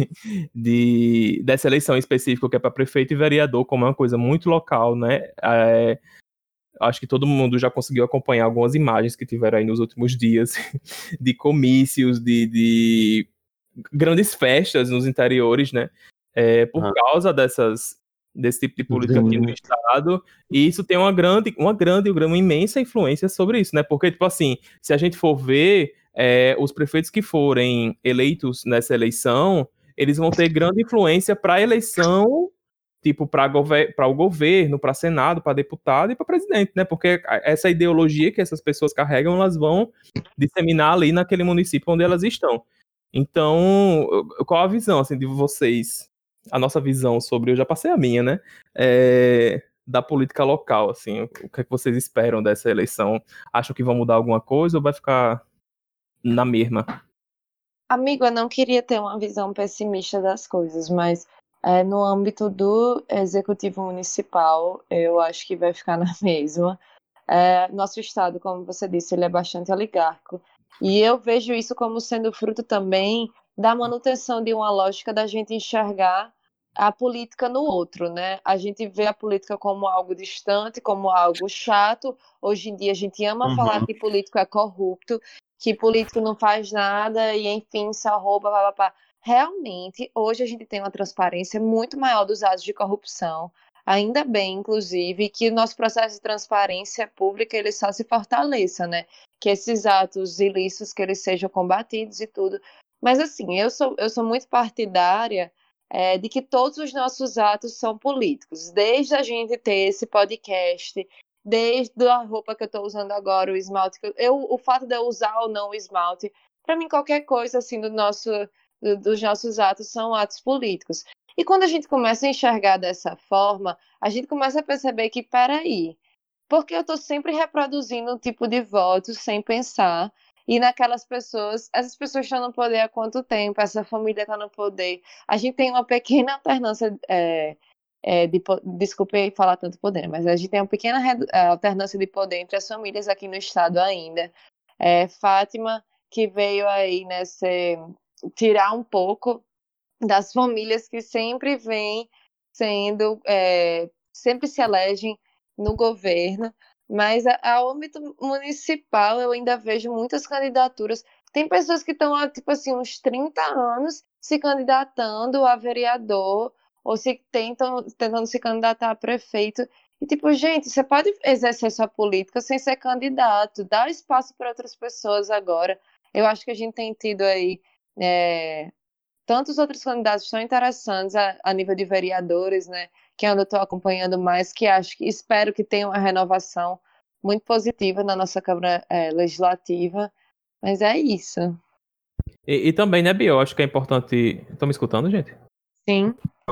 dessa eleição específica, que é para prefeito e vereador, como é uma coisa muito local, né? Acho que todo mundo já conseguiu acompanhar algumas imagens que tiveram aí nos últimos dias de comícios, de grandes festas nos interiores, né? Por causa desse tipo de política aqui no estado, e isso tem uma imensa influência sobre isso, né? Porque, tipo assim, se a gente for ver, os prefeitos que forem eleitos nessa eleição, eles vão ter grande influência para a eleição, tipo, para o governo, para Senado, para deputado e para presidente, né? Porque essa ideologia que essas pessoas carregam, elas vão disseminar ali naquele município onde elas estão. Então, qual a visão, assim, de vocês? A nossa visão sobre, eu já passei a minha, né? Da política local, assim, o que é que vocês esperam dessa eleição? Acham que vão mudar alguma coisa ou vai ficar na mesma? Amigo, eu não queria ter uma visão pessimista das coisas, mas no âmbito do executivo municipal, eu acho que vai ficar na mesma. Nosso estado, como você disse, ele é bastante oligárquico. E eu vejo isso como sendo fruto também da manutenção de uma lógica da gente enxergar a política no outro, né? A gente vê a política como algo distante, como algo chato. Hoje em dia a gente ama falar que político é corrupto, que político não faz nada e, enfim, só rouba, papapá. Realmente, hoje a gente tem uma transparência muito maior dos atos de corrupção. Ainda bem, inclusive, que o nosso processo de transparência pública ele só se fortaleça, né? Que esses atos ilícitos que eles sejam combatidos e tudo. Mas assim, eu sou muito partidária de que todos os nossos atos são políticos. Desde a gente ter esse podcast, desde a roupa que eu estou usando agora, o esmalte, o fato de eu usar ou não o esmalte, para mim qualquer coisa assim dos nossos atos são atos políticos. E quando a gente começa a enxergar dessa forma, a gente começa a perceber que, peraí, porque eu estou sempre reproduzindo um tipo de voto sem pensar, e naquelas pessoas, essas pessoas estão no poder há quanto tempo, essa família está no poder. A gente tem uma pequena alternância, desculpe falar tanto poder, mas a gente tem uma pequena alternância de poder entre as famílias aqui no estado ainda. Fátima, que veio aí, né, tirar um pouco das famílias que sempre vêm sendo, sempre se elegem no governo, mas ao âmbito municipal eu ainda vejo muitas candidaturas. Tem pessoas que estão há, tipo assim, uns 30 anos se candidatando a vereador ou tentando se candidatar a prefeito. E, tipo, gente, você pode exercer sua política sem ser candidato, dá espaço para outras pessoas agora. Eu acho que a gente tem tido aí tantos outros candidatos tão interessantes a nível de vereadores, né? Que eu estou acompanhando mais, que espero que tenha uma renovação muito positiva na nossa Câmara Legislativa. Mas é isso. E também, né, Bia? Eu acho que é importante. Estão me escutando, gente? Sim.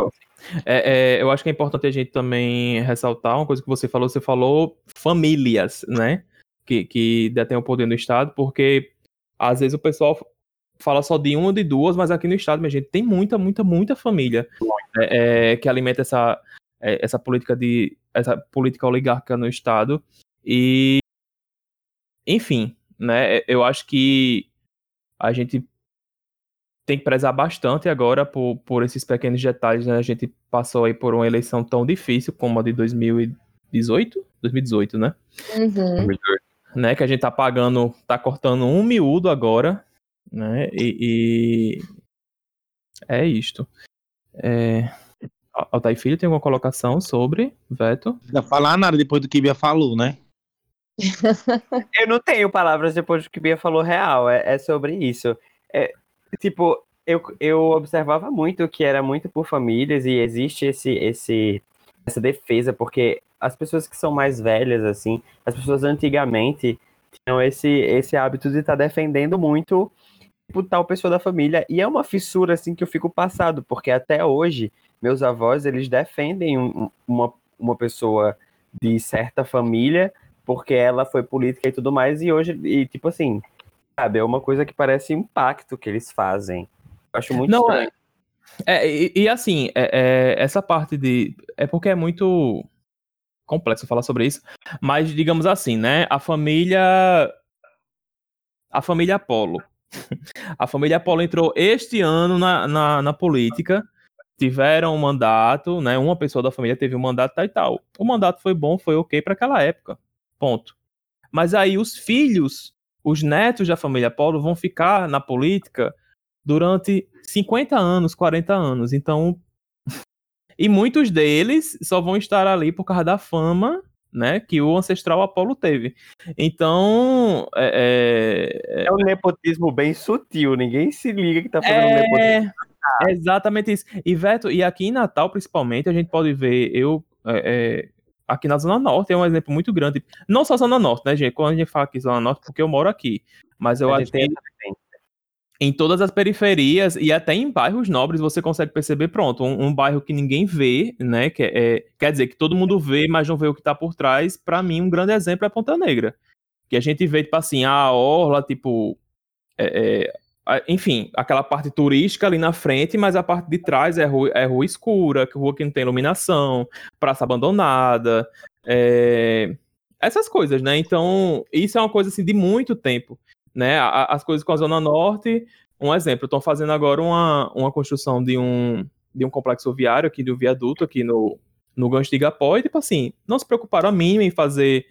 Eu acho que é importante a gente também ressaltar uma coisa que você falou famílias, né? Que detêm o poder no Estado, porque às vezes o pessoal fala só de uma ou de duas, mas aqui no Estado, minha gente, tem muita, muita, muita família que alimenta essa política oligárquica no Estado. E, enfim, né? Eu acho que a gente tem que prezar bastante agora por esses pequenos detalhes, né? A gente passou aí por uma eleição tão difícil como a de 2018? 2018, né? Uhum. Né? Que a gente tá cortando um miúdo agora, né? E é isto. Altair Filho tem alguma colocação sobre veto? Não precisa falar nada depois do que Bia falou, né? Eu não tenho palavras depois do que Bia falou real, é sobre isso. Tipo, eu observava muito que era muito por famílias e existe essa defesa, porque as pessoas que são mais velhas, assim, as pessoas antigamente tinham esse hábito de estar defendendo muito tipo, tal pessoa da família, e é uma fissura, assim, que eu fico passado, porque até hoje, meus avós, eles defendem uma pessoa de certa família, porque ela foi política e tudo mais, e hoje, tipo assim, sabe, é uma coisa que parece um pacto que eles fazem. Eu acho muito estranho. E assim, essa parte é porque é muito complexo falar sobre isso, mas digamos assim, né? A família Apolo, A família Apolo entrou este ano na política, tiveram um mandato, né? Uma pessoa da família teve um mandato tal e tal. O mandato foi bom, foi ok para aquela época. Ponto. Mas aí os filhos, os netos da família Apolo vão ficar na política durante 50 anos, 40 anos. Então, e muitos deles só vão estar ali por causa da fama, né, que o ancestral Apolo teve. Então, é um nepotismo bem sutil, ninguém se liga que tá fazendo nepotismo. É exatamente isso. E Veto, e aqui em Natal, principalmente, a gente pode ver, aqui na Zona Norte é um exemplo muito grande. Não só Zona Norte, né, gente? Quando a gente fala aqui Zona Norte, porque eu moro aqui. Mas eu acho que em todas as periferias e até em bairros nobres você consegue perceber, pronto, um bairro que ninguém vê, né? Quer dizer, que todo mundo vê, mas não vê o que tá por trás. Pra mim, um grande exemplo é Ponta Negra. Que a gente vê, tipo assim, a orla, tipo... enfim, aquela parte turística ali na frente, mas a parte de trás é rua escura, rua que não tem iluminação, praça abandonada, essas coisas, né? Então, isso é uma coisa assim de muito tempo, né? As coisas com a Zona Norte, um exemplo, estão fazendo agora uma construção de um complexo viário aqui, do viaduto aqui no Gancho de Igapó, e tipo assim, não se preocuparam a mínima em fazer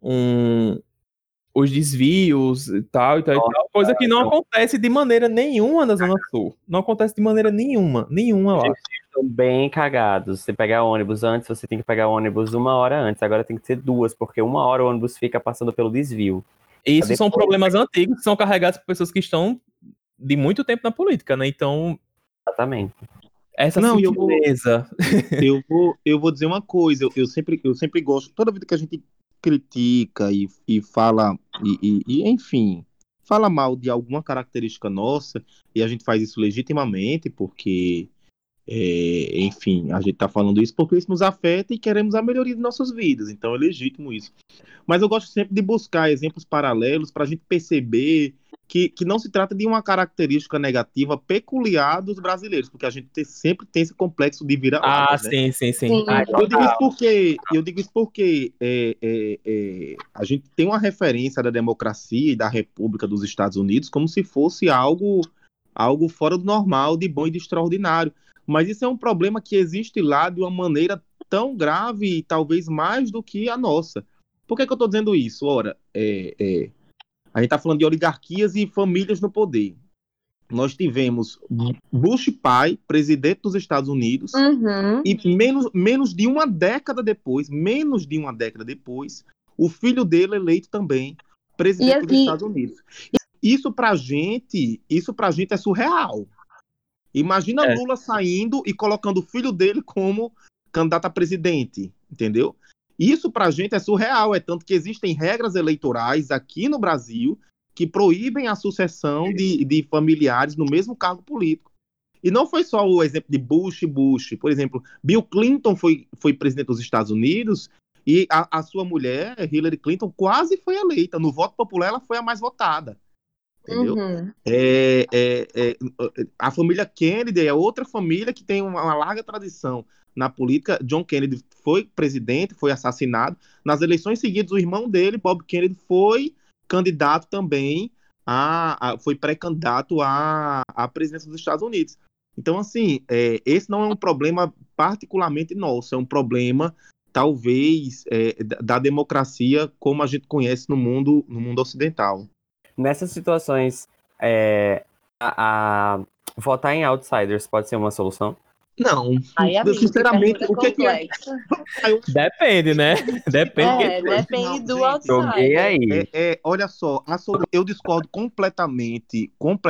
os desvios e tal, coisa que não acontece de maneira nenhuma na Zona Sul. Não acontece de maneira nenhuma lá. Estão bem cagados. Você pegar ônibus antes, você tem que pegar ônibus 1 hora antes. Agora tem que ser 2, porque 1 hora o ônibus fica passando pelo desvio. Isso são problemas antigos que são carregados por pessoas que estão de muito tempo na política, né? Então... Exatamente. Essa sutileza. Eu vou dizer uma coisa. Eu sempre gosto, toda vida que a gente critica e fala, enfim, fala mal de alguma característica nossa, e a gente faz isso legitimamente, porque, enfim, a gente tá falando isso porque isso nos afeta e queremos a melhoria de nossas vidas, então é legítimo isso. Mas eu gosto sempre de buscar exemplos paralelos para a gente perceber que não se trata de uma característica negativa peculiar dos brasileiros, porque a gente sempre tem esse complexo de vira-lata, né? Sim. Eu digo isso porque a gente tem uma referência da democracia e da República dos Estados Unidos como se fosse algo fora do normal, de bom e de extraordinário. Mas isso é um problema que existe lá de uma maneira tão grave e talvez mais do que a nossa. Por que eu estou dizendo isso? Ora, a gente está falando de oligarquias e famílias no poder. Nós tivemos Bush pai, presidente dos Estados Unidos, e menos de uma década depois, o filho dele eleito também presidente dos Estados Unidos. Isso pra gente é surreal. Imagina Lula saindo e colocando o filho dele como candidato a presidente, entendeu? Isso pra gente é surreal, tanto que existem regras eleitorais aqui no Brasil que proíbem a sucessão de familiares no mesmo cargo político. E não foi só o exemplo de Bush. Por exemplo, Bill Clinton foi presidente dos Estados Unidos e a sua mulher, Hillary Clinton, quase foi eleita. No voto popular, ela foi a mais votada. Entendeu? A família Kennedy é outra família que tem uma larga tradição na política. John Kennedy foi presidente, foi assassinado. Nas eleições seguidas, o irmão dele, Bob Kennedy, foi candidato também, foi pré-candidato à presidência dos Estados Unidos. Então, assim, esse não é um problema particularmente nosso, é um problema, talvez, da democracia como a gente conhece no mundo ocidental. Nessas situações, votar em outsiders pode ser uma solução? Não, amigo, sinceramente, o que é? Depende, né? Depende do outsider. Joguei aí. Olha só, eu discordo completamente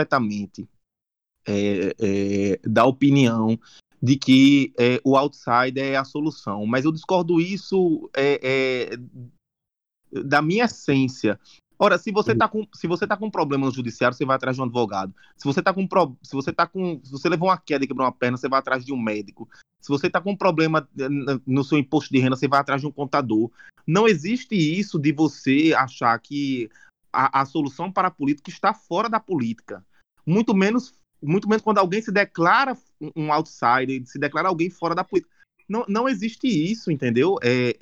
da opinião de que o outsider é a solução, mas eu discordo isso da minha essência. Ora, se você tá com um problema no judiciário, você vai atrás de um advogado. Se você levou uma queda e quebrou uma perna, você vai atrás de um médico. Se você tá com um problema no seu imposto de renda, você vai atrás de um contador. Não existe isso de você achar que a solução para a política está fora da política. Muito menos quando alguém se declara um outsider, se declara alguém fora da política. não existe isso, entendeu?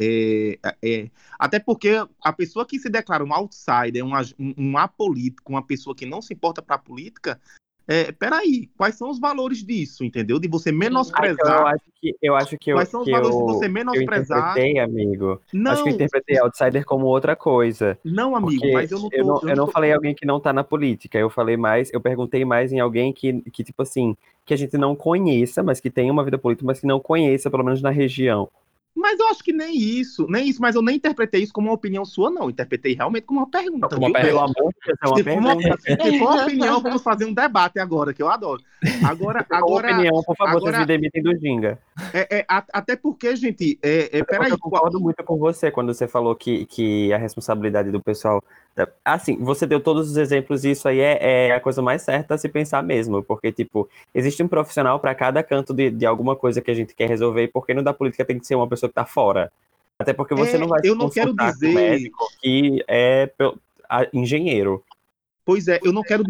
Até porque a pessoa que se declara um outsider, um apolítico, uma pessoa que não se importa para a política, peraí, quais são os valores disso, entendeu? De você menosprezar. Eu acho que quais são os valores de você eu menosprezar? interpretei, amigo. Acho que eu Não, interpretei outsider como outra coisa. não, amigo, Porque mas eu não tô. eu não falei alguém que não tá na política. Eu perguntei mais em alguém que, tipo assim, que a gente não conheça, mas que tem uma vida política, mas que não conheça, pelo menos na região. Mas eu acho que nem isso, mas eu nem interpretei isso como uma opinião sua, não. Eu interpretei realmente como uma pergunta. Uma viu? Pelo amor de Deus, é uma Se for pergunta. se for uma opinião, vamos fazer um debate agora, que eu adoro. Com opinião, por favor, vocês me demitem do Ginga. Até porque, gente, peraí. Eu concordo muito com você quando você falou que a responsabilidade do pessoal. Assim, você deu todos os exemplos e isso aí é a coisa mais certa a se pensar mesmo, porque, tipo, existe um profissional para cada canto de alguma coisa que a gente quer resolver, e por que no da política tem que ser uma pessoa que tá fora? Até porque você não vai eu não quero dizer com um médico que é engenheiro. Pois é, eu não quero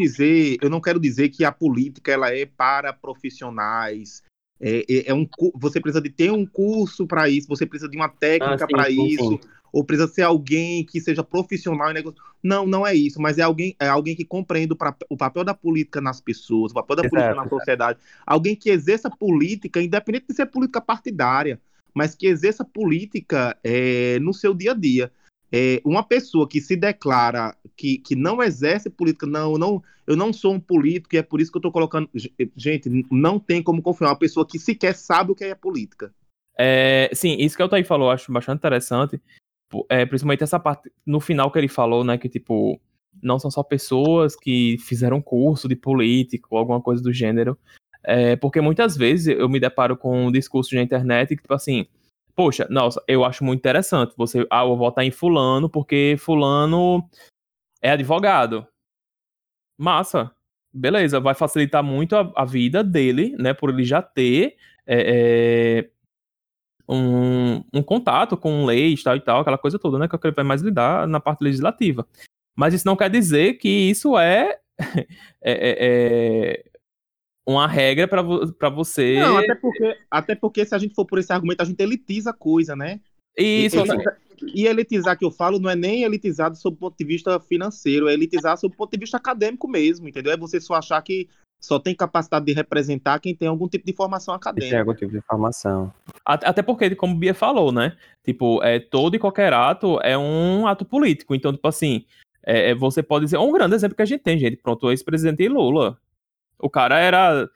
dizer que a política ela é para profissionais. Você precisa de ter um curso para isso, você precisa de uma técnica para isso, sim. Ou precisa ser alguém que seja profissional em negócio. Não, não é isso, mas é alguém que compreenda o papel da política nas pessoas, o papel da política na sociedade. Alguém que exerça política, independente de ser política partidária, mas que exerça política no seu dia a dia. Uma pessoa que se declara que não exerce política, eu não sou um político e é por isso que eu estou colocando. Gente, não tem como confiar uma pessoa que sequer sabe o que é política. Sim, isso que o Thaí falou, eu acho bastante interessante. Principalmente essa parte no final que ele falou, né? Que tipo, não são só pessoas que fizeram curso de político, alguma coisa do gênero. Porque muitas vezes eu me deparo com um discurso na internet que, tipo assim. Poxa, nossa, eu acho muito interessante. Eu vou votar em fulano porque fulano é advogado. Massa. Beleza, vai facilitar muito a vida dele, né? Por ele já ter um contato com leis e tal, aquela coisa toda, né? Que ele vai mais lidar na parte legislativa. Mas isso não quer dizer que isso uma regra para você. Não, até porque se a gente for por esse argumento, a gente elitiza a coisa, né? Isso. E elitizar que eu falo não é nem elitizado sob o ponto de vista financeiro, é elitizar sob o ponto de vista acadêmico mesmo, entendeu? É você só achar que só tem capacidade de representar quem tem algum tipo de formação acadêmica. Tem algum tipo de formação. Até porque, como o Bia falou, né? Tipo, todo e qualquer ato é um ato político. Então, tipo assim, você pode dizer... Um grande exemplo que a gente tem, gente. Pronto, o ex-presidente Lula. O cara era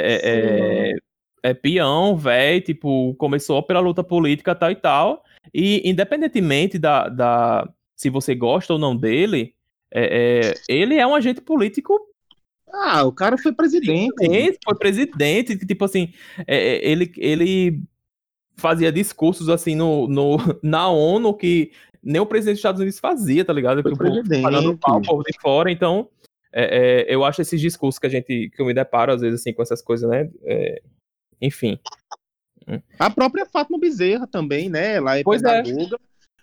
peão, velho, tipo, começou pela luta política, tal e tal. E independentemente se você gosta ou não dele, ele é um agente político. O cara foi presidente. Foi presidente, tipo assim, ele fazia discursos assim na ONU que nem o presidente dos Estados Unidos fazia, tá ligado? Foi presidente. Pagando pau por de fora, então eu acho esses discursos que eu me deparo às vezes assim com essas coisas, né? Enfim. A própria Fátima Bezerra também, né? Ela é pedagoga.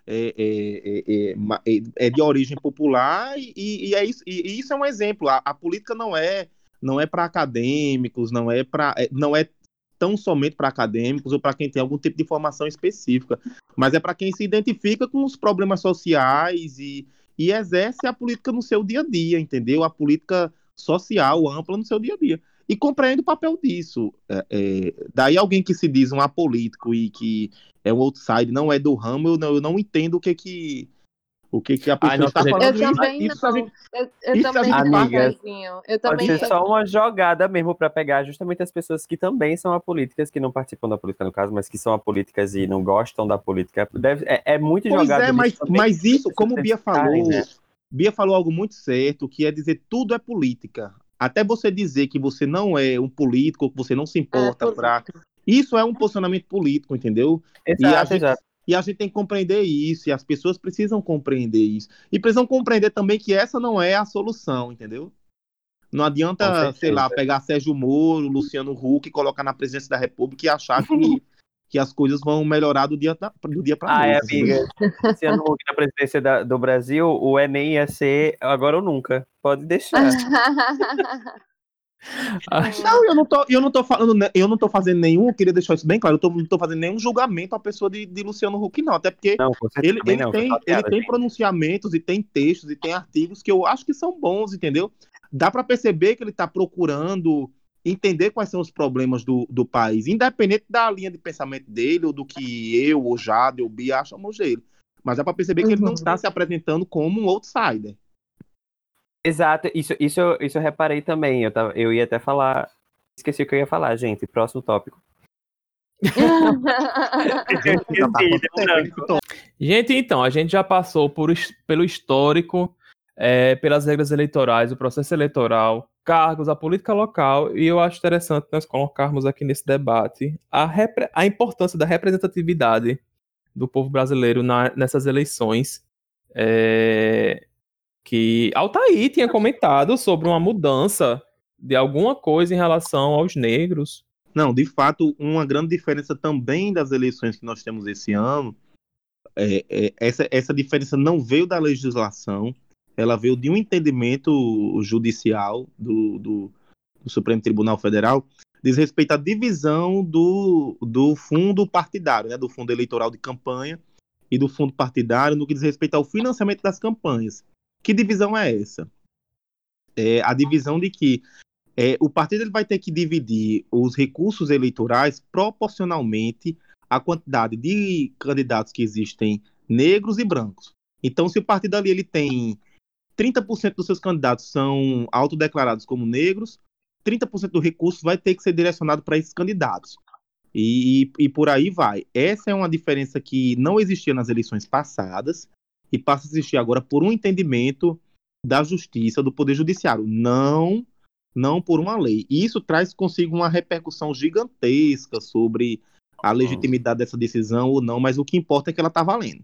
É de origem popular e é isso, e isso é um exemplo. A política não é para acadêmicos, não é tão somente para acadêmicos ou para quem tem algum tipo de formação específica, mas é para quem se identifica com os problemas sociais e exerce a política no seu dia a dia, entendeu? A política social ampla no seu dia a dia. E compreende o papel disso. Daí alguém que se diz um apolítico e que é um outside, não é do ramo, eu não entendo o que a pessoa está falando. Eu também não. Eu também não. Pode ser só uma jogada mesmo para pegar justamente as pessoas que também são apolíticas, que não participam da política no caso, mas que são apolíticas e não gostam da política. É muito jogado. Mas isso, como Bia falou, né? Bia falou algo muito certo, que é dizer tudo é política. Até você dizer que você não é um político, que você não se importa para... Isso é um posicionamento político, entendeu? Exato. E a gente tem que compreender isso, e as pessoas precisam compreender isso. E precisam compreender também que essa não é a solução, entendeu? Não adianta, sei lá, pegar Sérgio Moro, Luciano Huck, colocar na presidência da República e achar que as coisas vão melhorar do dia para noite. Amiga, Luciano Huck na presidência do Brasil, o Enem ia ser agora ou nunca. Pode deixar. Não, eu não tô fazendo nenhum, eu queria deixar isso bem claro, não tô fazendo nenhum julgamento à pessoa de Luciano Huck, não, até porque Não, com certeza também não, foi só ele piada, tem gente. pronunciamentos e tem textos e tem artigos que eu acho que são bons, entendeu? Dá para perceber que ele tá procurando entender quais são os problemas do país, independente da linha de pensamento dele, ou do que eu, ou Jade, ou Bia achamos dele. Mas dá para perceber que ele não tá se apresentando como um outsider. Exato, isso eu reparei também. Eu ia até falar. Esqueci o que eu ia falar, gente. Próximo tópico. Gente, já tá quanto tempo, hein, Vitor? Gente, então, a gente já passou pelo histórico, pelas regras eleitorais, o processo eleitoral, cargos, a política local, e eu acho interessante nós colocarmos aqui nesse debate a importância da representatividade do povo brasileiro nessas eleições. Que Altair tinha comentado sobre uma mudança de alguma coisa em relação aos negros. Não, de fato, uma grande diferença também das eleições que nós temos esse ano, essa diferença não veio da legislação, ela veio de um entendimento judicial do Supremo Tribunal Federal, diz respeito à divisão do fundo partidário, né, do fundo eleitoral de campanha e do fundo partidário no que diz respeito ao financiamento das campanhas. Que divisão é essa? É a divisão de que o partido ele vai ter que dividir os recursos eleitorais proporcionalmente à quantidade de candidatos que existem negros e brancos. Então, se o partido ali ele tem 30% dos seus candidatos são autodeclarados como negros, 30% do recurso vai ter que ser direcionado para esses candidatos. E por aí vai. Essa é uma diferença que não existia nas eleições passadas e passa a existir agora por um entendimento da justiça, do Poder Judiciário. Não por uma lei. E isso traz consigo uma repercussão gigantesca sobre a legitimidade dessa decisão ou não, mas o que importa é que ela está valendo.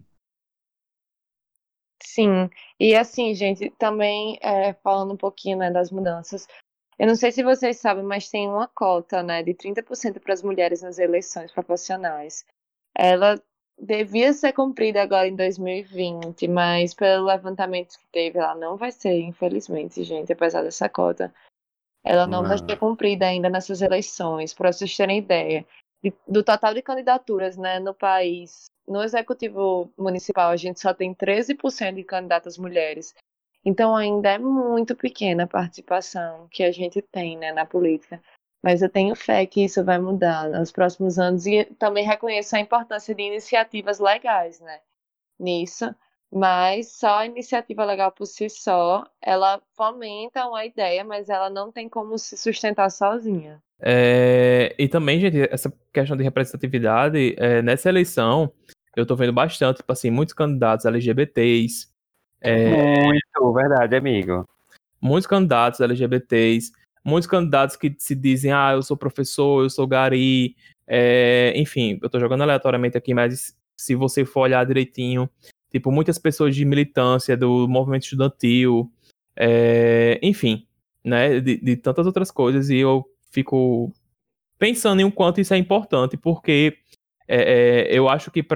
Sim, e assim, gente, também falando um pouquinho, né, das mudanças, eu não sei se vocês sabem, mas tem uma cota, né, de 30% para as mulheres nas eleições proporcionais. Ela devia ser cumprida agora em 2020, mas pelo levantamento que teve, ela não vai ser, infelizmente, gente, apesar dessa cota. Ela não vai ser cumprida ainda nessas eleições, para vocês terem ideia. Do total de candidaturas, né, no país, no executivo municipal, a gente só tem 13% de candidatas mulheres. Então ainda é muito pequena a participação que a gente tem, né, na política. Mas eu tenho fé que isso vai mudar nos próximos anos e também reconheço a importância de iniciativas legais, né, nisso. Mas só a iniciativa legal por si só, ela fomenta uma ideia, mas ela não tem como se sustentar sozinha. E também, gente, essa questão de representatividade, nessa eleição, eu tô vendo bastante, tipo assim, muitos candidatos LGBTs. Muito, verdade, amigo. Muitos candidatos LGBTs, muitos candidatos que se dizem, eu sou professor, eu sou gari, enfim, eu tô jogando aleatoriamente aqui, mas se você for olhar direitinho, tipo, muitas pessoas de militância do movimento estudantil, enfim, né, de tantas outras coisas, e eu fico pensando em o quanto isso é importante, porque eu acho que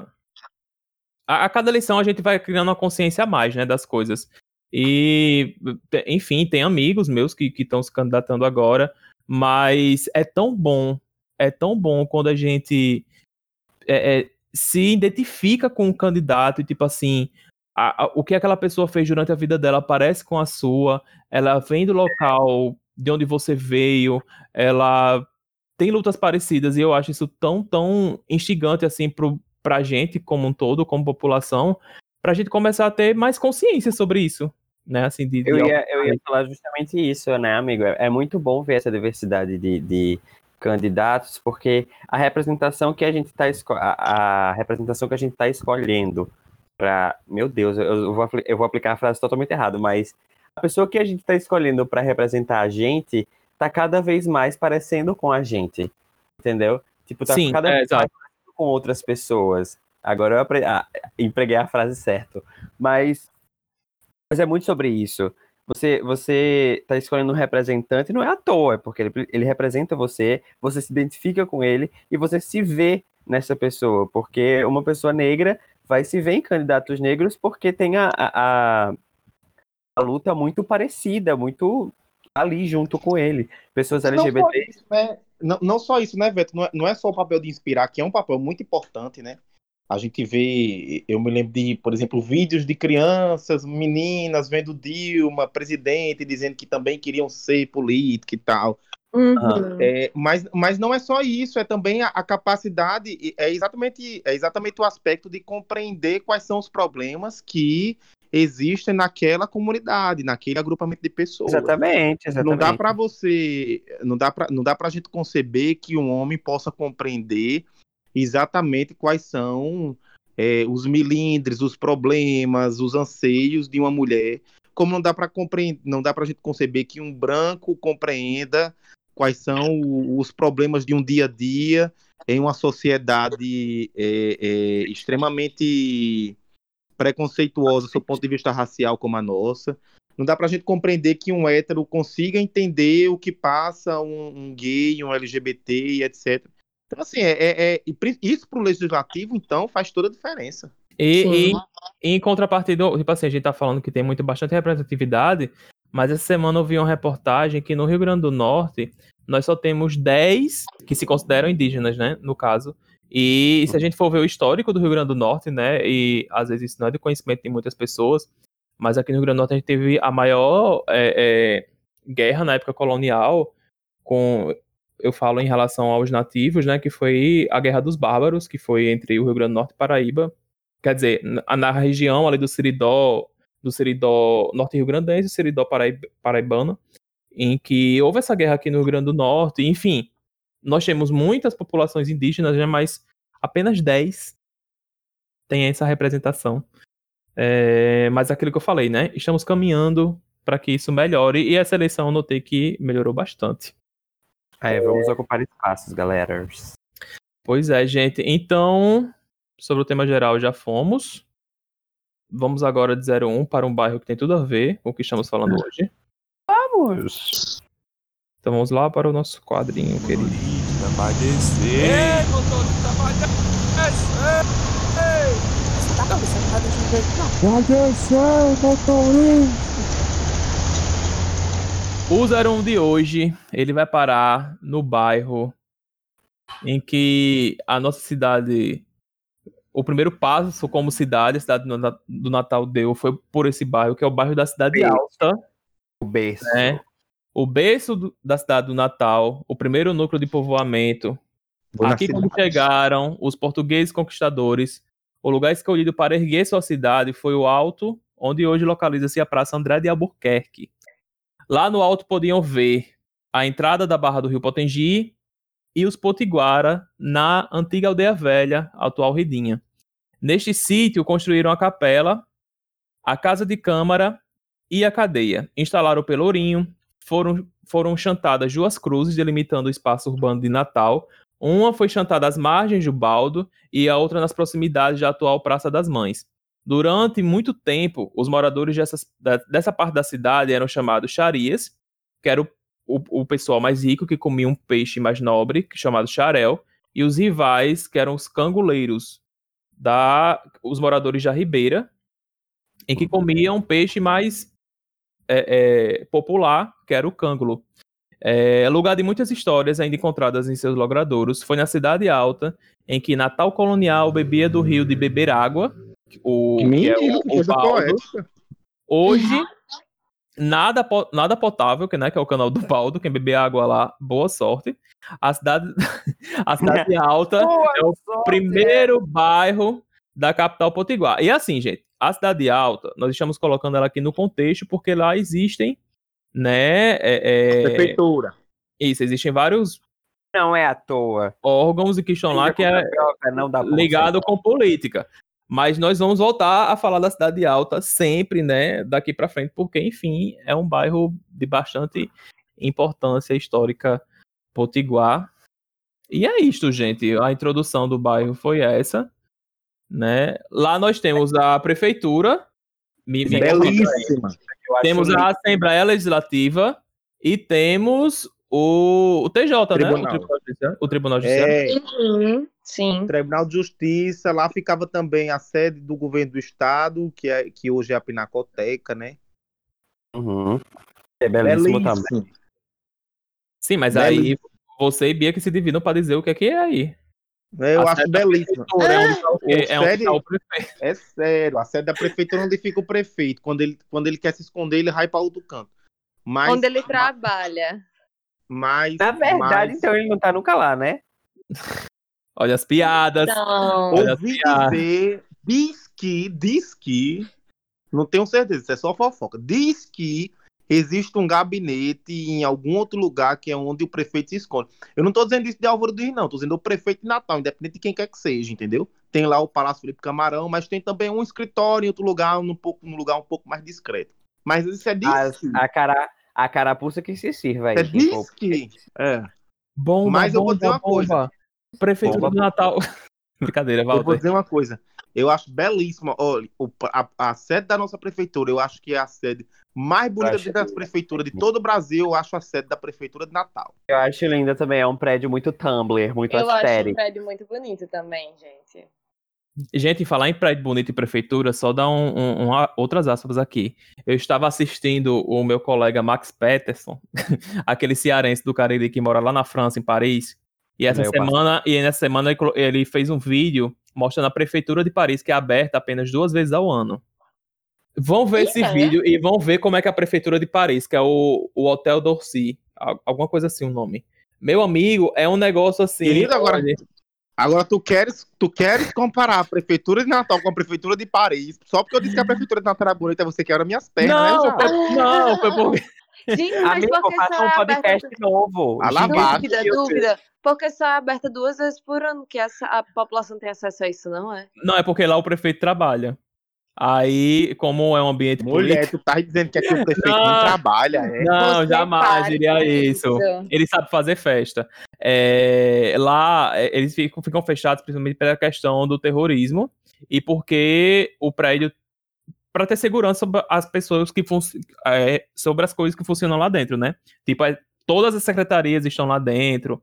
a cada eleição a gente vai criando uma consciência a mais, né, das coisas. E, enfim, tem amigos meus que estão se candidatando agora, mas é tão bom quando a gente se identifica com o candidato e, tipo assim, o que aquela pessoa fez durante a vida dela parece com a sua, ela vem do local de onde você veio, ela tem lutas parecidas, e eu acho isso tão instigante, assim, pra gente como um todo, como população, pra gente começar a ter mais consciência sobre isso, né, assim, Eu ia falar justamente isso, né, amigo? É muito bom ver essa diversidade de candidatos, porque a representação que a gente está a representação que a gente está escolhendo para, meu Deus, eu vou aplicar a frase totalmente errada, mas a pessoa que a gente está escolhendo para representar a gente tá cada vez mais parecendo com a gente, entendeu? Tipo, tá Sim, cada vez mais exato. parecendo com outras pessoas. Agora eu empreguei a frase certa, mas é muito sobre isso. Você tá escolhendo um representante, não é à toa, é porque ele representa você, você se identifica com ele e você se vê nessa pessoa, porque uma pessoa negra vai se ver em candidatos negros porque tem a luta muito parecida, muito ali junto com ele. Pessoas Não só LGBT. isso, né? Não só isso, né, Veto? Não é só o papel de inspirar, que é um papel muito importante, né? A gente vê, eu me lembro de, por exemplo, vídeos de crianças, meninas vendo Dilma, presidente, dizendo que também queriam ser política e tal. Uhum. Mas não é só isso, é também a capacidade, é exatamente o aspecto de compreender quais são os problemas que existem naquela comunidade, naquele agrupamento de pessoas. Exatamente. Não dá para não dá para a gente conceber que um homem possa compreender exatamente quais são os milindres, os problemas, os anseios de uma mulher, como não dá para a gente conceber que um branco compreenda quais são os problemas de um dia a dia em uma sociedade extremamente preconceituosa do ponto de vista racial como a nossa. Não dá pra gente compreender que um hétero consiga entender o que passa um gay, um LGBT e etc. Então, assim, isso pro legislativo, então, faz toda a diferença. E em contrapartida, tipo assim, a gente tá falando que tem bastante representatividade, mas essa semana eu vi uma reportagem que no Rio Grande do Norte nós só temos 10 que se consideram indígenas, né, no caso. E se a gente for ver o histórico do Rio Grande do Norte, né, e às vezes isso não é de conhecimento de muitas pessoas, mas aqui no Rio Grande do Norte a gente teve a maior guerra na época colonial, eu falo em relação aos nativos, né, que foi a Guerra dos Bárbaros, que foi entre o Rio Grande do Norte e Paraíba. Quer dizer, na região ali do Seridó norte rio-grandense e Seridó paraibano, em que houve essa guerra aqui no Rio Grande do Norte. Enfim, nós temos muitas populações indígenas, né, mas apenas 10 têm essa representação. Mas aquilo que eu falei, né? Estamos caminhando para que isso melhore, e essa eleição eu notei que melhorou bastante. Vamos ocupar espaços, galera. Pois é, gente. Então, sobre o tema geral já fomos. Vamos agora de 01 para um bairro que tem tudo a ver com o que estamos falando hoje. Vamos! Então vamos lá para o nosso quadrinho, querido. Vai descer! Ei, motorista, vai descer! Você tá cabeçando, não tá deixando jeito, não. Vai descer, motorista! O 01 de hoje, ele vai parar no bairro em que a nossa cidade, o primeiro passo como cidade, a cidade do Natal deu, foi por esse bairro, que é o bairro da Cidade Alta. O berço. Né? O berço da cidade do Natal, o primeiro núcleo de povoamento. Aqui quando chegaram os portugueses conquistadores, o lugar escolhido para erguer sua cidade foi o alto, onde hoje localiza-se a Praça André de Albuquerque. Lá no alto podiam ver a entrada da Barra do Rio Potengi e os Potiguara na antiga Aldeia Velha, atual Redinha. Neste sítio construíram a capela, a casa de câmara e a cadeia. Instalaram o pelourinho, foram chantadas 2 cruzes delimitando o espaço urbano de Natal. Uma foi chantada às margens do Baldo e a outra nas proximidades da atual Praça das Mães. Durante muito tempo, os moradores dessa parte da cidade eram chamados xarias, que era o pessoal mais rico que comia um peixe mais nobre, chamado xarel, e os rivais, que eram os canguleiros, os moradores da Ribeira, em que comiam um peixe mais popular, que era o cângulo. Lugar de muitas histórias ainda encontradas em seus logradouros, foi na Cidade Alta, em que Natal colonial bebia do rio de beber água, que é o Baldo. Hoje, nada potável, que é o canal do Baldo. Quem beber água lá, boa sorte. A Cidade Alta é o primeiro bairro da capital potiguar. E assim, gente, a Cidade Alta, nós estamos colocando ela aqui no contexto porque lá existem, né? Prefeitura. Isso, existem vários. Não é à toa. Órgãos que estão lá que é ligado com política. Mas nós vamos voltar a falar da Cidade Alta sempre, né, daqui para frente, porque, enfim, é um bairro de bastante importância histórica potiguar. E é isto, gente. A introdução do bairro foi essa, né? Lá nós temos a prefeitura, belíssima. Temos a Assembleia Legislativa e temos o TJ, Tribunal. Né? O Tribunal Judiciário. Sim. Tribunal de Justiça. Lá ficava também a sede do governo do estado, que hoje é a Pinacoteca, né? Uhum. É belíssimo também. Belíssimo. Sim, mas Belíssimo. aí você e Bia que se dividam pra dizer o que é aí. Eu A acho sede da belíssimo. prefeitura é onde tá o quê? O É onde sede- tá o prefeito. É sério, a sede da prefeitura é onde fica o prefeito. Quando ele quer se esconder, ele vai para outro canto. Mas, Onde ele trabalha. Na verdade, então ele não tá nunca lá, né? Olha as piadas. Não. Olha as ouvi piadas. dizer, diz que, não tenho certeza, isso é só fofoca. Diz que existe um gabinete em algum outro lugar que é onde o prefeito se esconde. Eu não tô dizendo isso de Álvaro do Rio, não. Tô dizendo o prefeito de Natal, independente de quem quer que seja, entendeu? Tem lá o Palácio Felipe Camarão, mas tem também um escritório em outro lugar, num lugar um pouco mais discreto. Mas isso é diz que. A carapuça que se sirva aí. É quem for. diz que. É. Bomba, Mas eu vou dizer uma bomba. Prefeitura Bomba. do Natal. Brincadeira, Eu vou Walter. dizer uma coisa. Eu acho belíssima. Olha, a sede da nossa prefeitura, eu acho que é a sede mais bonita acho das prefeituras de todo o Brasil. Eu acho a sede da prefeitura de Natal. Eu acho linda também. É um prédio muito Tumblr, muito Eu acho um aesthetic. prédio muito bonito também, gente. Gente, falar em prédio bonito e prefeitura, só dar outras aspas aqui. Eu estava assistindo o meu colega Max Peterson, aquele cearense do Cariri que mora lá na França, em Paris. E nessa semana ele fez um vídeo mostrando a prefeitura de Paris, que é aberta apenas 2 vezes ao ano. Vão ver esse vídeo e vão ver como é que é a prefeitura de Paris, que é o Hotel d'Orsay, alguma coisa assim o nome. Meu amigo, é um negócio assim... Querido, olha, agora tu queres comparar a prefeitura de Natal com a prefeitura de Paris, só porque eu disse que a prefeitura de Natal era bonita, você quebra minhas pernas, não, né, já? não, foi porque... Gente, mas Amigo, por que faça só um é podcast aberta... novo. Alabasta. Dúvida. Porque só é aberta 2 vezes por ano, que a população tem acesso a isso, não é? Não, é porque lá o prefeito trabalha. Aí, como é um ambiente Mulher, político... tu tá dizendo que aqui o prefeito não trabalha, é? Não, Você jamais pare diria com isso. Ele sabe fazer festa. Lá, eles ficam fechados principalmente pela questão do terrorismo e porque o prédio, para ter segurança sobre as pessoas sobre as coisas que funcionam lá dentro, né? Tipo, todas as secretarias estão lá dentro.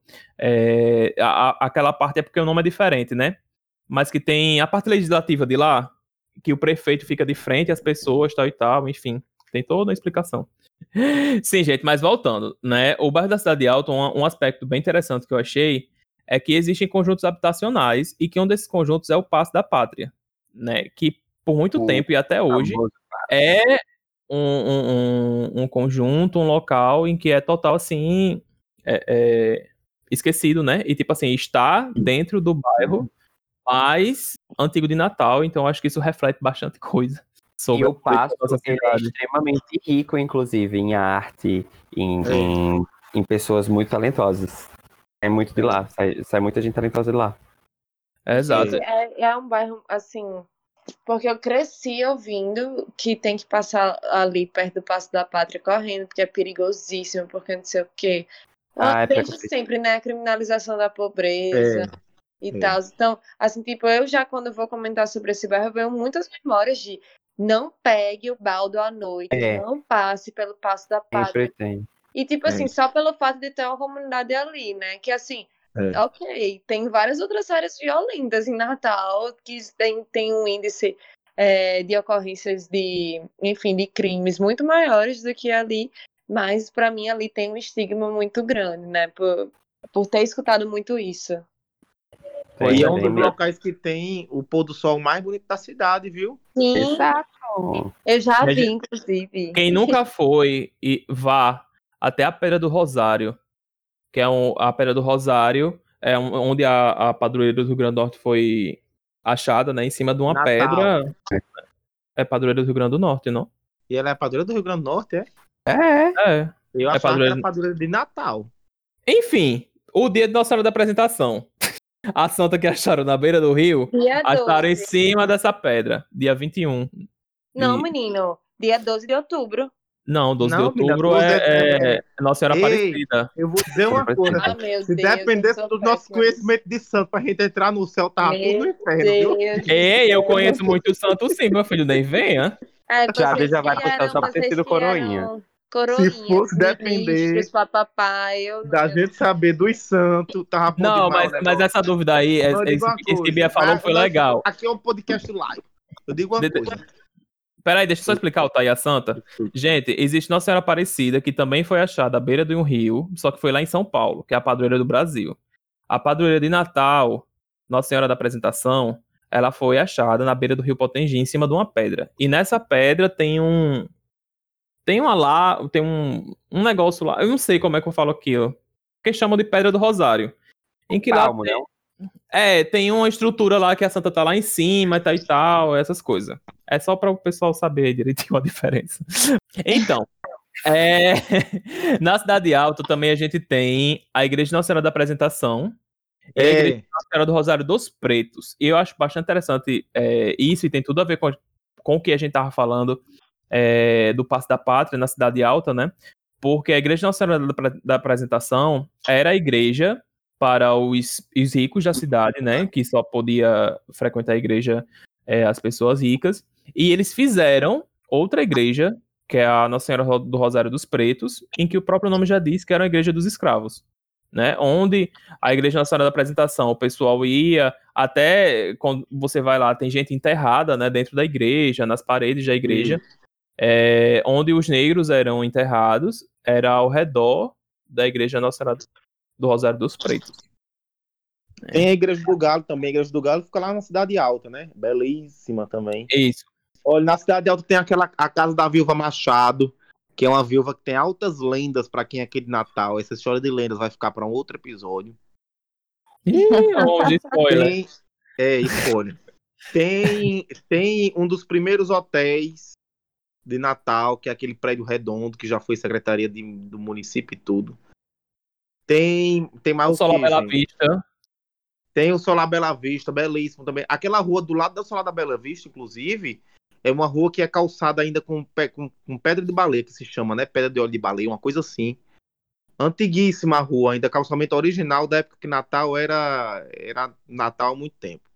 Aquela parte é porque o nome é diferente, né? Mas que tem a parte legislativa de lá, que o prefeito fica de frente às pessoas, tal e tal, enfim. Tem toda uma explicação. Sim, gente, mas voltando, né? O bairro da Cidade Alta, um aspecto bem interessante que eu achei é que existem conjuntos habitacionais e que um desses conjuntos é o Paço da Pátria, né? Que por muito tempo e até hoje é um conjunto, um local em que é total, assim, esquecido, né? E, tipo assim, está dentro do bairro mais antigo de Natal, então acho que isso reflete bastante coisa. E o Paço, ele é extremamente rico, inclusive, em arte, em pessoas muito talentosas. É muito de lá, sai muita gente talentosa de lá. Exato. É um bairro, assim, porque eu cresci ouvindo que tem que passar ali perto do Paço da Pátria correndo, porque é perigosíssimo, porque não sei o quê. Desde sempre, né, a criminalização da pobreza e tal. Então, assim, tipo, eu já quando vou comentar sobre esse bairro, eu venho muitas memórias de não pegue o baldo à noite, não passe pelo Paço da Pátria. Sempre tem. E, tipo assim, só pelo fato de ter uma comunidade ali, né? Que, assim, ok, tem várias outras áreas violentas em Natal que tem um índice de ocorrências de crimes muito maiores do que ali. Mas, pra mim, ali tem um estigma muito grande, né? Por ter escutado muito isso. E é um dos locais que tem o pôr do sol mais bonito da cidade, viu? Sim, exato. Eu já vi, inclusive. Quem nunca foi e vá até a Pedra do Rosário, que é a Pedra do Rosário, onde a padroeira do Rio Grande do Norte foi achada, né? Em cima de uma pedra. É padroeira do Rio Grande do Norte, não? E ela é a padroeira do Rio Grande do Norte, é? É. Eu achava que era a padroeira de Natal. Enfim, o dia de Nossa Senhora da Apresentação. A santa que acharam na beira do rio, acharam em cima dessa pedra, dia 21. Não, menino, dia 12 de outubro. Não, 12 de outubro é Nossa Senhora Aparecida. Eu vou dizer uma coisa. Se dependesse do nosso conhecimento de santo pra gente entrar no céu, tava tudo no inferno, viu? Ei, eu conheço muito santo sim, meu filho, nem venha. Chaves já vai pro céu só pra ter sido coroinha. Se fosse depender da gente saber dos santos, tava bom. Não, mas essa dúvida aí, esse que Bia falou foi legal. Aqui é um podcast live. Eu digo uma coisa. Peraí, deixa eu só explicar o Taia Santa. Gente, existe Nossa Senhora Aparecida, que também foi achada à beira de um rio, só que foi lá em São Paulo, que é a padroeira do Brasil. A padroeira de Natal, Nossa Senhora da Apresentação, ela foi achada na beira do rio Potengi, em cima de uma pedra. E nessa pedra tem um negócio lá, eu não sei como é que eu falo aquilo, que chamam de Pedra do Rosário. Em que Palmo, lá não? tem uma estrutura lá que a santa tá lá em cima e tal, essas coisas. É só para o pessoal saber direitinho a diferença. Então, na Cidade Alta também a gente tem a Igreja Nossa Senhora da Apresentação e a Igreja Nossa Senhora do Rosário dos Pretos. E eu acho bastante interessante isso, e tem tudo a ver com o que a gente tava falando do Passo da Pátria na Cidade Alta, né? Porque a Igreja Nossa Senhora da Apresentação era a igreja para os ricos da cidade, né? Que só podia frequentar a igreja as pessoas ricas. E eles fizeram outra igreja, que é a Nossa Senhora do Rosário dos Pretos, em que o próprio nome já diz que era a igreja dos escravos, né? Onde a Igreja Nossa Senhora da Apresentação, o pessoal ia, até quando você vai lá, tem gente enterrada, né, dentro da igreja, nas paredes da igreja, onde os negros eram enterrados, era ao redor da Igreja Nossa Senhora do Rosário dos Pretos. Tem a Igreja do Galo também. A Igreja do Galo fica lá na Cidade Alta, né? Belíssima também. Isso. Olha, na Cidade Alta tem a Casa da Viúva Machado, que é uma viúva que tem altas lendas pra quem é aqui de Natal. Essa história de lendas vai ficar pra um outro episódio. Onde spoiler. Spoiler. Tem um dos primeiros hotéis de Natal, que é aquele prédio redondo, que já foi secretaria do município e tudo. Tem mais o Solar Bela Vista. Tem o Solar Bela Vista, belíssimo também. Aquela rua do lado da Solar da Bela Vista, inclusive, é uma rua que é calçada ainda com pedra de baleia, que se chama, né? Pedra de óleo de baleia, uma coisa assim. Antiguíssima a rua, ainda calçamento original da época que Natal era Natal há muito tempo.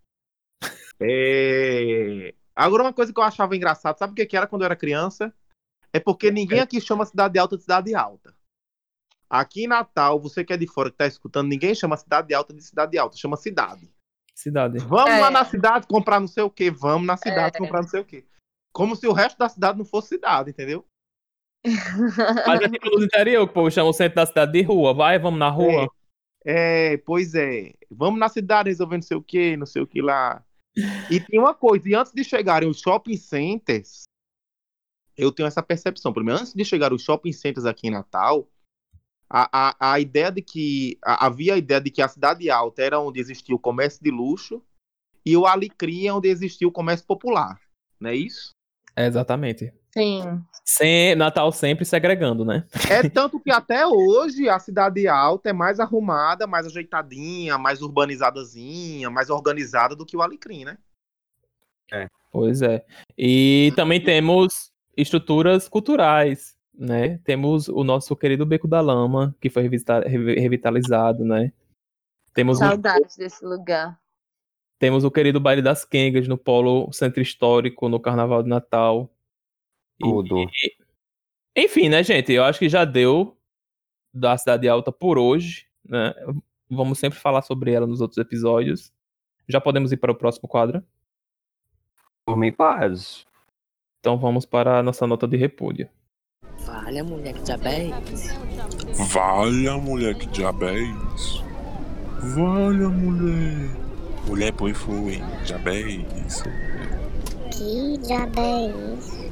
Agora, uma coisa que eu achava engraçado, sabe o que era quando eu era criança? É porque ninguém aqui chama Cidade Alta de Cidade Alta. Aqui em Natal, você que é de fora, que tá escutando, ninguém chama Cidade Alta de Cidade Alta, chama cidade. Vamos lá na cidade comprar não sei o quê, vamos na cidade comprar não sei o quê. Como se o resto da cidade não fosse cidade, entendeu? Mas é tipo no interior, que o povo chama o centro da cidade de rua. Vamos na rua. Pois é. Vamos na cidade resolver não sei o que lá. E tem uma coisa, e antes de chegarem os shopping centers, eu tenho essa percepção, pelo menos antes de chegar os shopping centers aqui em Natal, a ideia de que havia a ideia de que a Cidade Alta era onde existia o comércio de luxo e o Alecrim é onde existia o comércio popular, não é isso? Exatamente. Sim. Natal sempre segregando, né? É tanto que até hoje a Cidade Alta é mais arrumada, mais ajeitadinha, mais urbanizadazinha, mais organizada do que o Alecrim, né? Pois é. E também temos estruturas culturais, né? Temos o nosso querido Beco da Lama, que foi revitalizado, né? Temos Saudades desse lugar. Temos o querido Baile das Quengas no Polo Centro Histórico, no Carnaval de Natal. Tudo. Enfim, né, gente? Eu acho que já deu da Cidade Alta por hoje, né? Vamos sempre falar sobre ela nos outros episódios. Já podemos ir para o próximo quadro? Por mim, paz. Então vamos para a nossa nota de repúdio. Valha, mulher, que diabo é isso? Valha, mulher, que diabo é isso? Valha, mulher. Mulher, põe fogo, hein? Diabo é isso? Que diabo é isso?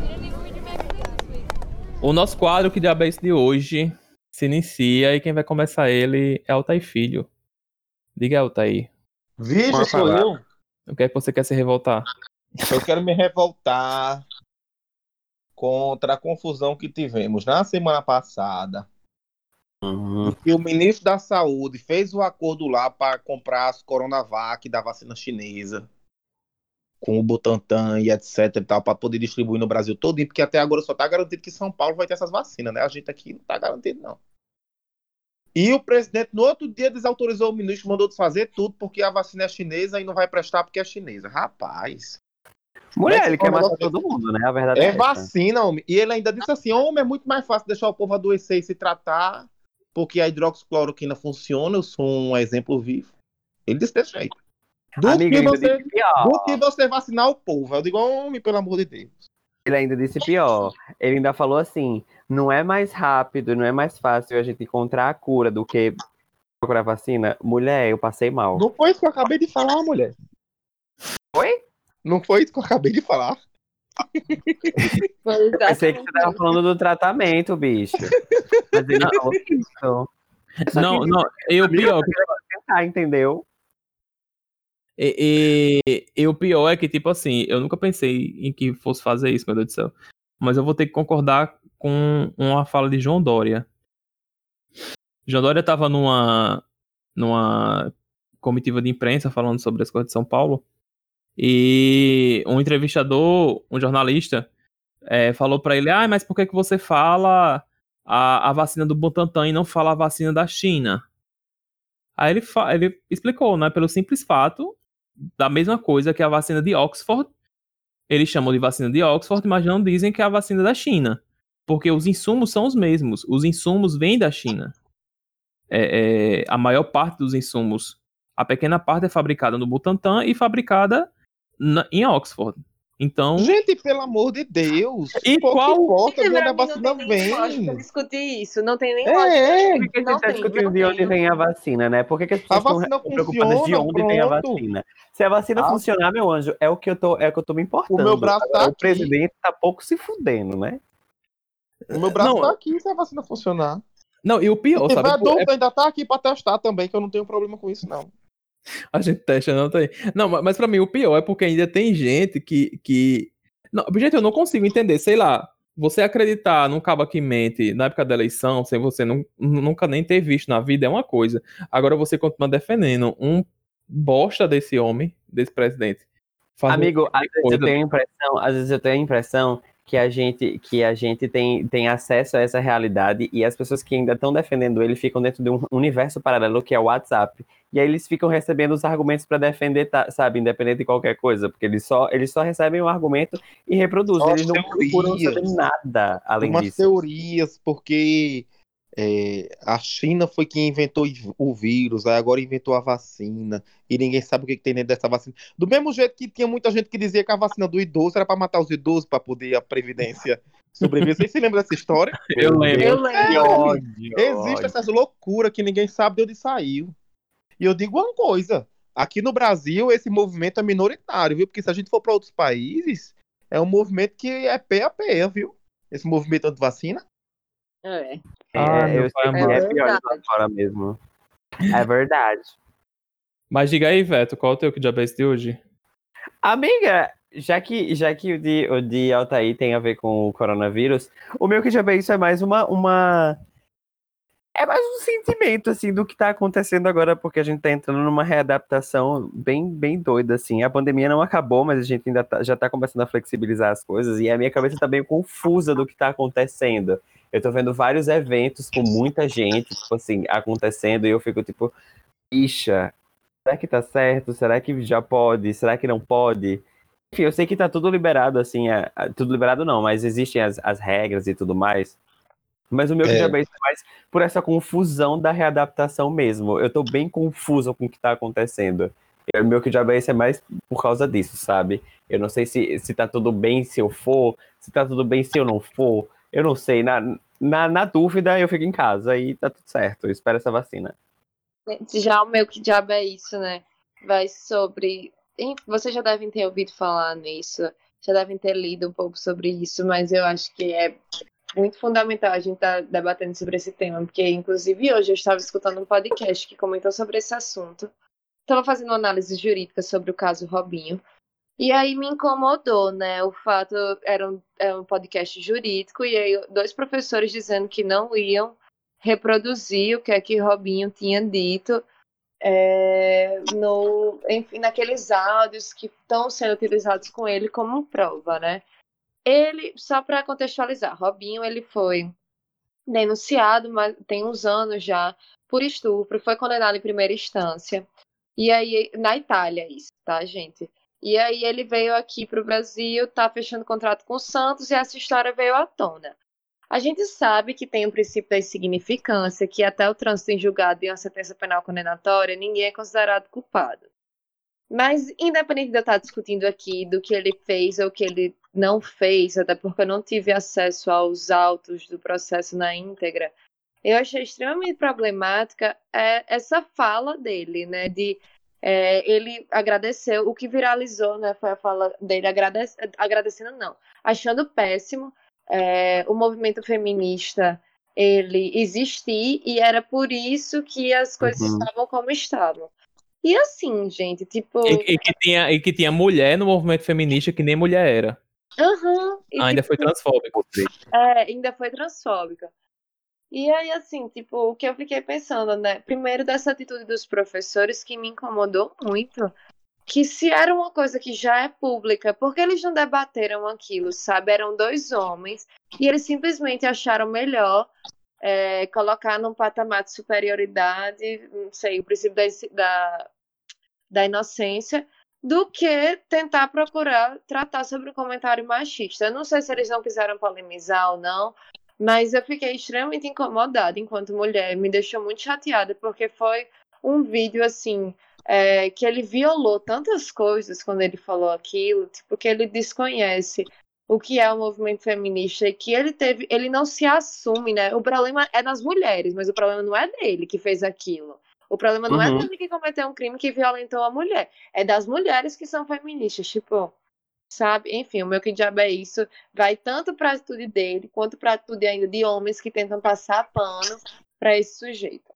O nosso quadro Que Diabo é Isso de hoje se inicia e quem vai começar ele é Altair Filho. Diga, Altair. Vixe, sou eu? O que é que você quer se revoltar? Eu quero me revoltar contra a confusão que tivemos na semana passada. Que o ministro da Saúde fez o acordo lá para comprar as Coronavac da vacina chinesa com o Butantan e etc e tal, para poder distribuir no Brasil todo, porque até agora só está garantido que São Paulo vai ter essas vacinas, né? A gente aqui não está garantido, não. E o presidente, no outro dia, desautorizou o ministro, mandou desfazer tudo, porque a vacina é chinesa e não vai prestar porque é chinesa. Rapaz. Mulher, ele quer matar todo mundo, né? A verdade é vacina, homem. E ele ainda disse assim, homem, é muito mais fácil deixar o povo adoecer e se tratar, porque a hidroxicloroquina funciona, eu sou um exemplo vivo. Ele disse desse jeito. Do que você vacinar o povo. Eu digo, homem, pelo amor de Deus. Ele ainda disse pior. Ele ainda falou assim: não é mais rápido, não é mais fácil a gente encontrar a cura do que procurar vacina. Mulher, eu passei mal. Não foi isso que eu acabei de falar, mulher. Foi? Não foi isso que eu acabei de falar. Pensei que você tava falando do tratamento, bicho. Mas ele falou isso. Não, eu pior. Tentar, entendeu? E o pior é que, tipo assim, eu nunca pensei em que fosse fazer isso, meu Deus do céu. Mas eu vou ter que concordar com uma fala de João Dória. João Dória tava numa comitiva de imprensa falando sobre as coisas de São Paulo. E um entrevistador, um jornalista, falou pra ele: mas por que você fala a vacina do Butantan e não fala a vacina da China? Aí ele explicou, né? Pelo simples fato da mesma coisa que a vacina de Oxford. Eles chamam de vacina de Oxford, mas não dizem que é a vacina da China. Porque os insumos são os mesmos. Os insumos vêm da China. A maior parte dos insumos, a pequena parte é fabricada no Butantan e fabricada em Oxford. Então. Gente, pelo amor de Deus. E qual importa de onde a vacina vem? Não tem nem discutir isso. Não tem nem lógica. Por que não você está discutindo de onde vem a vacina, né? Por que as pessoas estão preocupadas de onde vem a vacina? Se a vacina funcionar, meu anjo, é o que eu tô me importando. O meu braço tá aqui. O presidente tá pouco se fudendo, né? O meu braço tá aqui se a vacina funcionar. Não, e o pior, sabe? A dúvida ainda tá aqui pra testar também, que eu não tenho problema com isso, não. A gente testa, não tem. Não, mas pra mim o pior é porque ainda tem gente que... Não, gente, eu não consigo entender, sei lá, você acreditar num cabo que mente na época da eleição, sem você nunca nem ter visto na vida, é uma coisa. Agora você continua defendendo um bosta desse homem, desse presidente. Amigo, às vezes eu tenho a impressão que a gente tem acesso a essa realidade e as pessoas que ainda estão defendendo ele ficam dentro de um universo paralelo que é o WhatsApp. E aí eles ficam recebendo os argumentos para defender, sabe, independente de qualquer coisa, porque eles só recebem o argumento e reproduzem, eles não procuram saber nada além disso. Umas teorias, porque a China foi quem inventou o vírus, aí agora inventou a vacina, e ninguém sabe o que tem dentro dessa vacina. Do mesmo jeito que tinha muita gente que dizia que a vacina do idoso era para matar os idosos, para poder a Previdência sobreviver. Vocês se lembram dessa história? Eu lembro. Existe essas loucuras que ninguém sabe de onde saiu. E eu digo uma coisa, aqui no Brasil esse movimento é minoritário, viu? Porque se a gente for para outros países, é um movimento que é pé a pé, viu? Esse movimento anti-vacina. Eu sei que é pior lá fora mesmo. É verdade. Mas diga aí, Veto, qual é o teu que diabetes de hoje? Amiga, já que o de Altair tem a ver com o coronavírus, o meu que diabetes é mais é mais um sentimento, assim, do que tá acontecendo agora, porque a gente tá entrando numa readaptação bem, bem doida, assim. A pandemia não acabou, mas a gente ainda já tá começando a flexibilizar as coisas, e a minha cabeça tá bem confusa do que tá acontecendo. Eu tô vendo vários eventos com muita gente, tipo assim, acontecendo, e eu fico tipo, ixa, será que tá certo? Será que já pode? Será que não pode? Enfim, eu sei que tá tudo liberado, assim, tudo liberado não, mas existem as regras e tudo mais. Mas o meu que diabetes é mais por essa confusão da readaptação mesmo. Eu tô bem confuso com o que tá acontecendo. O meu que diabetes é mais por causa disso, sabe? Eu não sei se tá tudo bem se eu for, se tá tudo bem se eu não for. Eu não sei. Na dúvida, eu fico em casa e tá tudo certo. Eu espero essa vacina. Já o meu que diabo é isso, né? Vai sobre... Vocês já devem ter ouvido falar nisso, já devem ter lido um pouco sobre isso, mas eu acho que é muito fundamental a gente estar debatendo sobre esse tema, porque inclusive hoje eu estava escutando um podcast que comentou sobre esse assunto. Estava fazendo uma análise jurídica sobre o caso Robinho, e aí me incomodou, né? O fato era um podcast jurídico, e aí 2 professores dizendo que não iam reproduzir o que é que Robinho tinha dito enfim, naqueles áudios que estão sendo utilizados com ele como prova, né? Ele, só para contextualizar, Robinho, ele foi denunciado, mas tem uns anos já, por estupro, foi condenado em primeira instância, e aí, na Itália isso, tá, gente? E aí ele veio aqui para o Brasil, tá fechando contrato com o Santos, e essa história veio à tona. A gente sabe que tem o princípio da insignificância, que até o trânsito em julgado e uma sentença penal condenatória, ninguém é considerado culpado. Mas, independente de eu estar discutindo aqui do que ele fez ou o que ele não fez, até porque eu não tive acesso aos autos do processo na íntegra, eu achei extremamente problemática essa fala dele, né? Ele agradeceu, o que viralizou, né? Foi a fala dele agradecendo, não, achando péssimo o movimento feminista ele existir e era por isso que as coisas estavam como estavam. E assim, gente, tipo... E que tinha mulher no movimento feminista que nem mulher era. Ainda foi transfóbico. Ainda foi transfóbica. E aí, assim, tipo, o que eu fiquei pensando, né? Primeiro, dessa atitude dos professores que me incomodou muito, que se era uma coisa que já é pública, por que eles não debateram aquilo, sabe? Eram 2 homens e eles simplesmente acharam melhor colocar num patamar de superioridade, não sei, o princípio da inocência, do que tentar procurar tratar sobre um comentário machista. Eu não sei se eles não quiseram polemizar ou não, mas eu fiquei extremamente incomodada enquanto mulher, me deixou muito chateada, porque foi um vídeo, assim, que ele violou tantas coisas quando ele falou aquilo, tipo, que ele desconhece o que é o movimento feminista e que ele não se assume, né? O problema é das mulheres, mas o problema não é dele que fez aquilo. O problema não é dele que cometeu um crime que violentou a mulher, é das mulheres que são feministas, tipo, sabe? Enfim, o meu que diabo é isso vai tanto pra atitude dele, quanto pra atitude ainda de homens que tentam passar pano pra esse sujeito.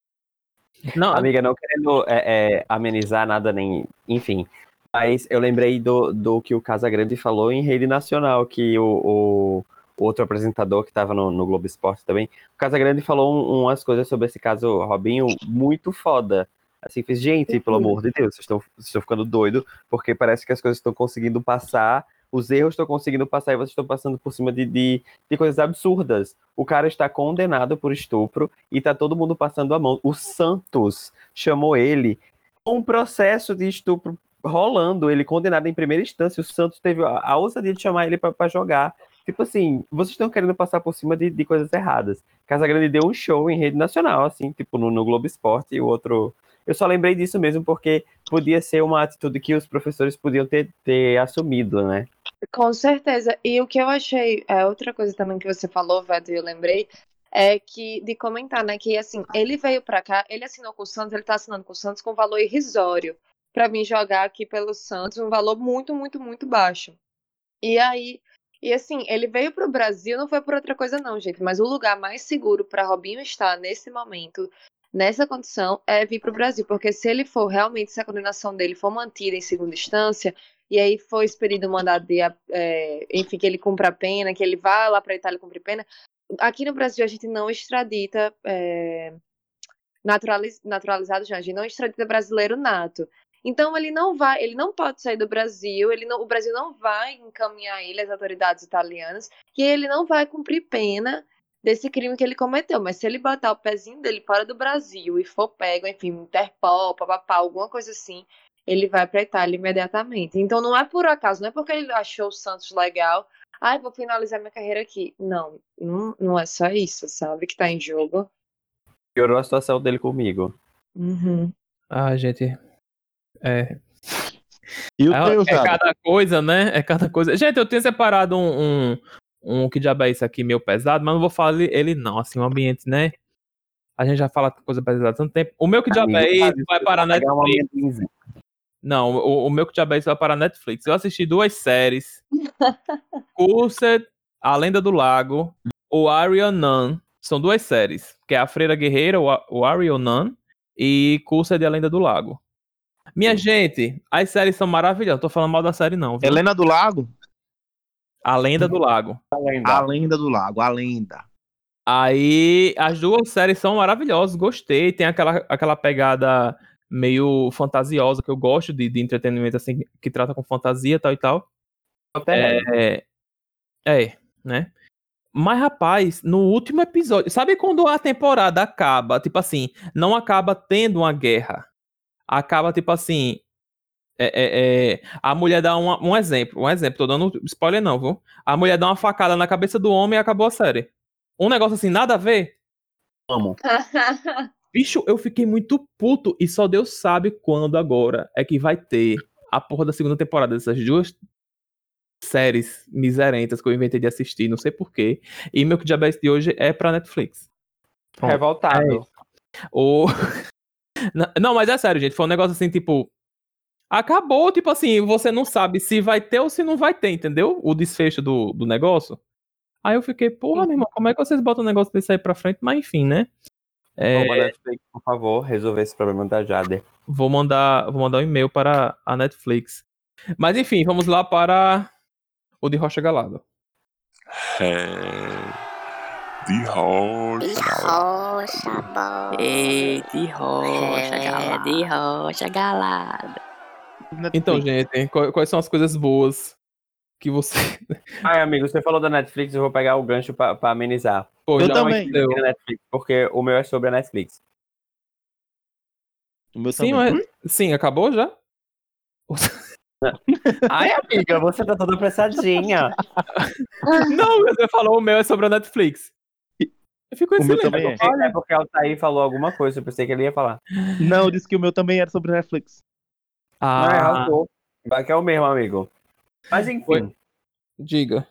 Não, amiga, não querendo amenizar nada, nem, enfim, mas eu lembrei do que o Casagrande falou em rede nacional, que o outro apresentador que estava no Globo Esporte também, o Casagrande falou umas coisas sobre esse caso Robinho muito foda. Assim, fez, gente, pelo amor de Deus, vocês estão ficando doido, porque parece que as coisas estão conseguindo passar, os erros estão conseguindo passar e vocês estão passando por cima de coisas absurdas. O cara está condenado por estupro e tá todo mundo passando a mão. O Santos chamou ele com um processo de estupro rolando, ele condenado em primeira instância. O Santos teve a ousadia de chamar ele para jogar. Tipo assim, vocês estão querendo passar por cima de coisas erradas. Casagrande deu um show em rede nacional, assim, tipo no Globo Esporte, e o outro... Eu só lembrei disso mesmo porque podia ser uma atitude que os professores podiam ter assumido, né? Com certeza. E o que eu achei, outra coisa também que você falou, Veto, e eu lembrei, é que, de comentar, né, que assim, ele veio pra cá, ele assinou com o Santos, ele tá assinando com o Santos com valor irrisório pra vir jogar aqui pelo Santos, um valor muito, muito, muito baixo. E aí, e assim, ele veio pro Brasil, não foi por outra coisa não, gente, mas o lugar mais seguro pra Robinho estar nesse momento, nessa condição, é vir pro Brasil, porque se ele for realmente, se a condenação dele for mantida em segunda instância, e aí foi expedido um mandado de, enfim, que ele cumpra a pena, que ele vá lá pra Itália cumprir pena, aqui no Brasil a gente não extradita naturalizado já, a gente não extradita brasileiro nato. Então ele não pode sair do Brasil, o Brasil não vai encaminhar ele às autoridades italianas e ele não vai cumprir pena desse crime que ele cometeu. Mas se ele botar o pezinho dele fora do Brasil e for pego, enfim, Interpol, papapá, alguma coisa assim, ele vai pra Itália imediatamente. Então não é por acaso, não é porque ele achou o Santos legal, vou finalizar minha carreira aqui. Não, não é só isso, sabe, que tá em jogo. Piorou a situação dele comigo. Gente... E o teu, é cada coisa, né? É cada coisa. Gente, eu tenho separado um que diabo é isso aqui, meio pesado, mas não vou falar ele não, assim, o ambiente, né? A gente já fala coisa pesada há tanto tempo. O meu que diabo é isso vai para Netflix. Não, o meu que diabo é isso vai para Netflix. Eu assisti 2 séries. Cursed, A Lenda do Lago, o Warrior Nun. São 2 séries, que é A Freira Guerreira, o Warrior Nun, e Cursed, A Lenda do Lago. Minha gente, as séries são maravilhosas. Não tô falando mal da série, não. Viu? Helena do Lago? A Lenda do Lago. A Lenda do Lago, a lenda. Aí, as 2 séries são maravilhosas, gostei. Tem aquela pegada meio fantasiosa, que eu gosto de entretenimento, assim, que trata com fantasia, tal e tal. Né? Mas, rapaz, no último episódio... Sabe quando a temporada acaba, tipo assim, não acaba tendo uma guerra? Acaba, tipo assim... a mulher dá um exemplo, tô dando spoiler não, viu? A mulher dá uma facada na cabeça do homem e acabou a série. Um negócio assim, nada a ver. Amo. Bicho, eu fiquei muito puto e só Deus sabe quando agora é que vai ter a porra da segunda temporada dessas duas séries miserentas que eu inventei de assistir, não sei porquê. E meu que diabetes de hoje é pra Netflix. Pronto. Revoltado. Ou... Não, mas é sério, gente. Foi um negócio assim, tipo... Acabou, tipo assim, você não sabe se vai ter ou se não vai ter, entendeu? O desfecho do negócio. Aí eu fiquei, porra, meu irmão, como é que vocês botam um negócio desse aí pra frente? Mas enfim, né? Ô, Netflix, por favor, resolver esse problema da Jade. Vou mandar um e-mail para a Netflix. Mas enfim, vamos lá para o de Rocha Galado. De rocha, De galera. rocha, boy. Ei, de rocha, galera. De rocha, galada. Então, gente, quais são as coisas boas que você... Ai, amigo, você falou da Netflix, eu vou pegar o gancho pra amenizar. Pô, Eu já também. deu. Na Netflix, porque o meu é sobre a Netflix. O meu Sim, também. sim, acabou já? Ai, amiga, você tá toda apressadinha. Não, você falou o meu é sobre a Netflix. Eu fico em O meu silêncio. também é. É porque o Altair falou alguma coisa, eu pensei que ele ia falar. Não, eu disse que o meu também era sobre Netflix. Não, arrasou. Vai que é o mesmo, amigo. Mas enfim, Oi. Diga.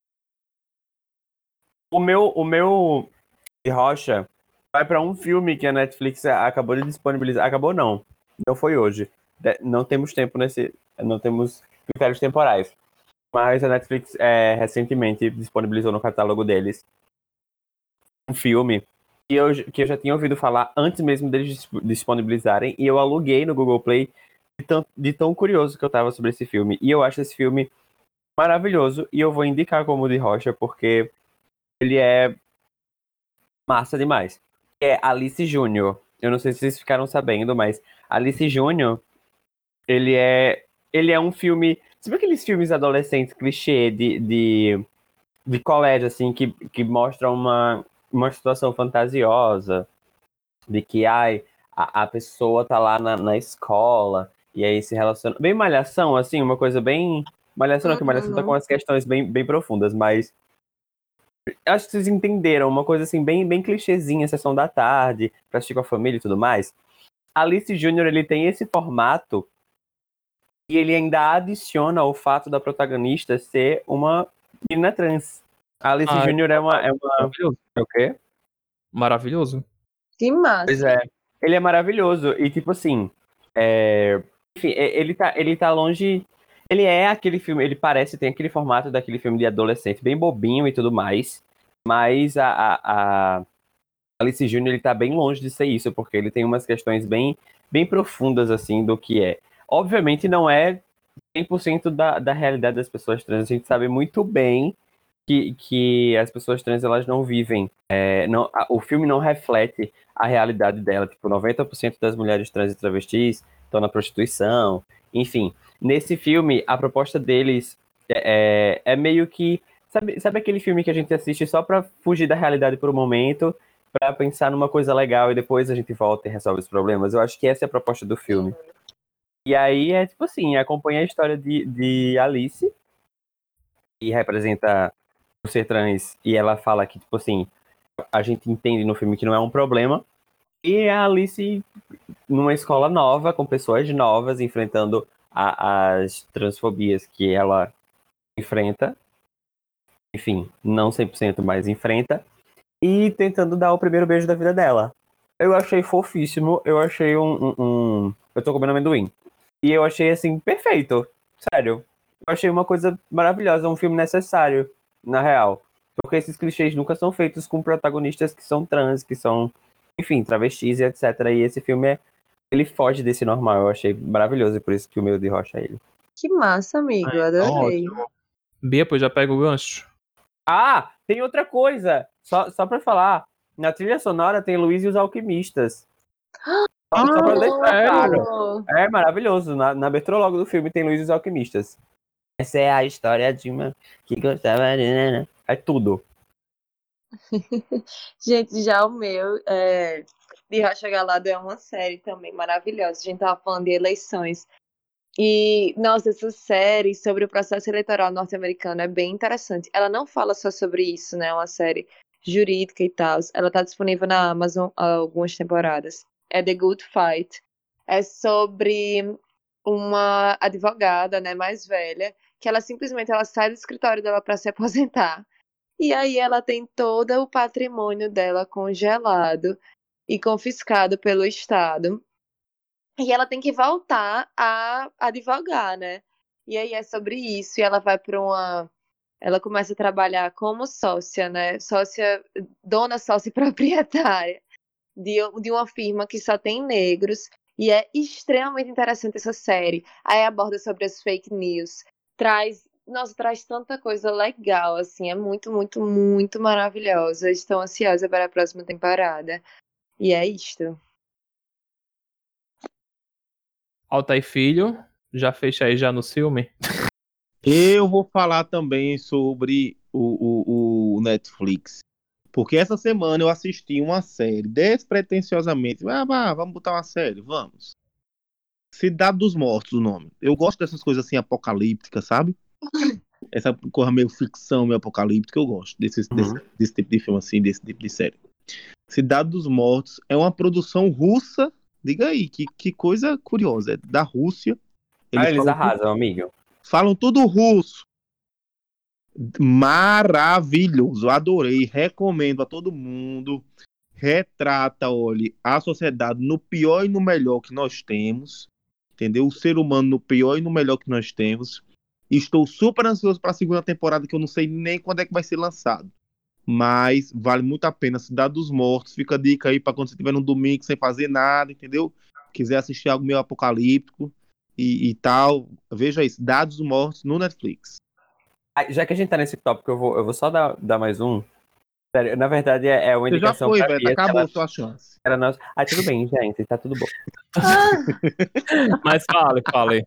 o meu de Rocha vai pra um filme que a Netflix acabou de disponibilizar. Acabou não. Não foi hoje. Não temos tempo nesse. Não temos critérios temporais. Mas a Netflix recentemente disponibilizou no catálogo deles um filme que eu já tinha ouvido falar antes mesmo deles disponibilizarem. E eu aluguei no Google Play de tão curioso que eu tava sobre esse filme. E eu acho esse filme maravilhoso. E eu vou indicar como de Rocha, porque ele é massa demais. É Alice Júnior. Eu não sei se vocês ficaram sabendo, mas Alice Júnior, ele é um filme. Sabe aqueles filmes adolescentes clichê de colégio, assim, que mostram uma situação fantasiosa, de que a pessoa tá lá na escola e aí se relaciona. Bem malhação, assim, uma coisa bem. Malhação não, que malhação tá com umas questões bem profundas, mas acho que vocês entenderam, uma coisa assim, bem clichêzinha, sessão da tarde, pra assistir com a família e tudo mais. Alice Júnior, ele tem esse formato e ele ainda adiciona o fato da protagonista ser uma menina trans. A Alice Júnior é uma... Maravilhoso. É o quê? Maravilhoso. Que massa. Pois é. Ele é maravilhoso e, tipo assim, enfim, ele tá longe... Ele é aquele filme, ele tem aquele formato daquele filme de adolescente, bem bobinho e tudo mais, mas a Alice Júnior, ele tá bem longe de ser isso, porque ele tem umas questões bem profundas, assim, do que é. Obviamente não é 100% da realidade das pessoas trans, a gente sabe muito bem que as pessoas trans, elas não vivem, o filme não reflete a realidade dela, tipo, 90% das mulheres trans e travestis estão na prostituição, enfim. Nesse filme, a proposta deles é meio que, sabe aquele filme que a gente assiste só pra fugir da realidade por um momento, pra pensar numa coisa legal e depois a gente volta e resolve os problemas? Eu acho que essa é a proposta do filme. E aí é tipo assim, acompanha a história de Alice, que representa o ser trans, e ela fala que, tipo assim, a gente entende no filme que não é um problema, e a Alice numa escola nova, com pessoas novas, enfrentando as transfobias que ela enfrenta, enfim, não 100%, mas enfrenta, e tentando dar o primeiro beijo da vida dela. Eu achei fofíssimo, eu achei eu tô comendo amendoim. E eu achei, assim, perfeito. Sério. Eu achei uma coisa maravilhosa, um filme necessário, na real. Porque esses clichês nunca são feitos com protagonistas que são trans, que são, enfim, travestis e etc. E esse filme, ele foge desse normal. Eu achei maravilhoso, e por isso que o meu de Rocha é ele. Que massa, amigo. Adorei. Bia, pois já pega o gancho. Ah, tem outra coisa. Só pra falar. Na trilha sonora tem Luiz e os Alquimistas. Só pra deixar claro. É maravilhoso. Na abertura logo do filme tem Luiz e os Alquimistas. Essa é a história de uma que gostava de... É tudo. Gente, já o meu, de Rocha Galado, é uma série também maravilhosa. A gente tava falando de eleições. E, nossa, essa série sobre o processo eleitoral norte-americano é bem interessante. Ela não fala só sobre isso, né? É uma série jurídica e tal. Ela tá disponível na Amazon há algumas temporadas. É The Good Fight. É sobre uma advogada, né, mais velha, que ela simplesmente sai do escritório dela para se aposentar. E aí ela tem todo o patrimônio dela congelado e confiscado pelo Estado. E ela tem que voltar a advogar, né? E aí é sobre isso. E ela vai para uma. Ela começa a trabalhar como sócia, né? Dona sócia proprietária de uma firma que só tem negros. E é extremamente interessante essa série. Aí aborda sobre as fake news. Traz tanta coisa legal, assim. É muito, muito, muito maravilhosa. Estou ansiosa para a próxima temporada. E é isto. Altair Filho, já fecha aí já no filme? Eu vou falar também sobre o Netflix. Porque essa semana eu assisti uma série despretensiosamente. Vamos botar uma série, vamos. Cidade dos Mortos, o nome. Eu gosto dessas coisas assim apocalípticas, sabe? Essa coisa meio ficção, meio apocalíptica, eu gosto desse tipo de filme assim, desse tipo de série. Cidade dos Mortos é uma produção russa. Diga aí, que coisa curiosa. É da Rússia. Eles arrasam, amigo. Falam tudo russo. Maravilhoso, adorei, recomendo a todo mundo. Retrata, olha, a sociedade no pior e no melhor que nós temos, entendeu? O ser humano no pior e no melhor que nós temos. Estou super ansioso para a segunda temporada, que eu não sei nem quando é que vai ser lançado. Mas vale muito a pena. Cidade dos Mortos, fica a dica aí para quando você estiver num domingo sem fazer nada, entendeu? Quiser assistir algo meio apocalíptico e tal, veja isso, Cidade dos Mortos no Netflix. Já que a gente tá nesse tópico, eu vou só dar mais um. Sério, na verdade é uma indicação já foi, pra velho, Bia. acabou a sua chance. Era nossa... tudo bem, gente, tá tudo bom. Mas fale.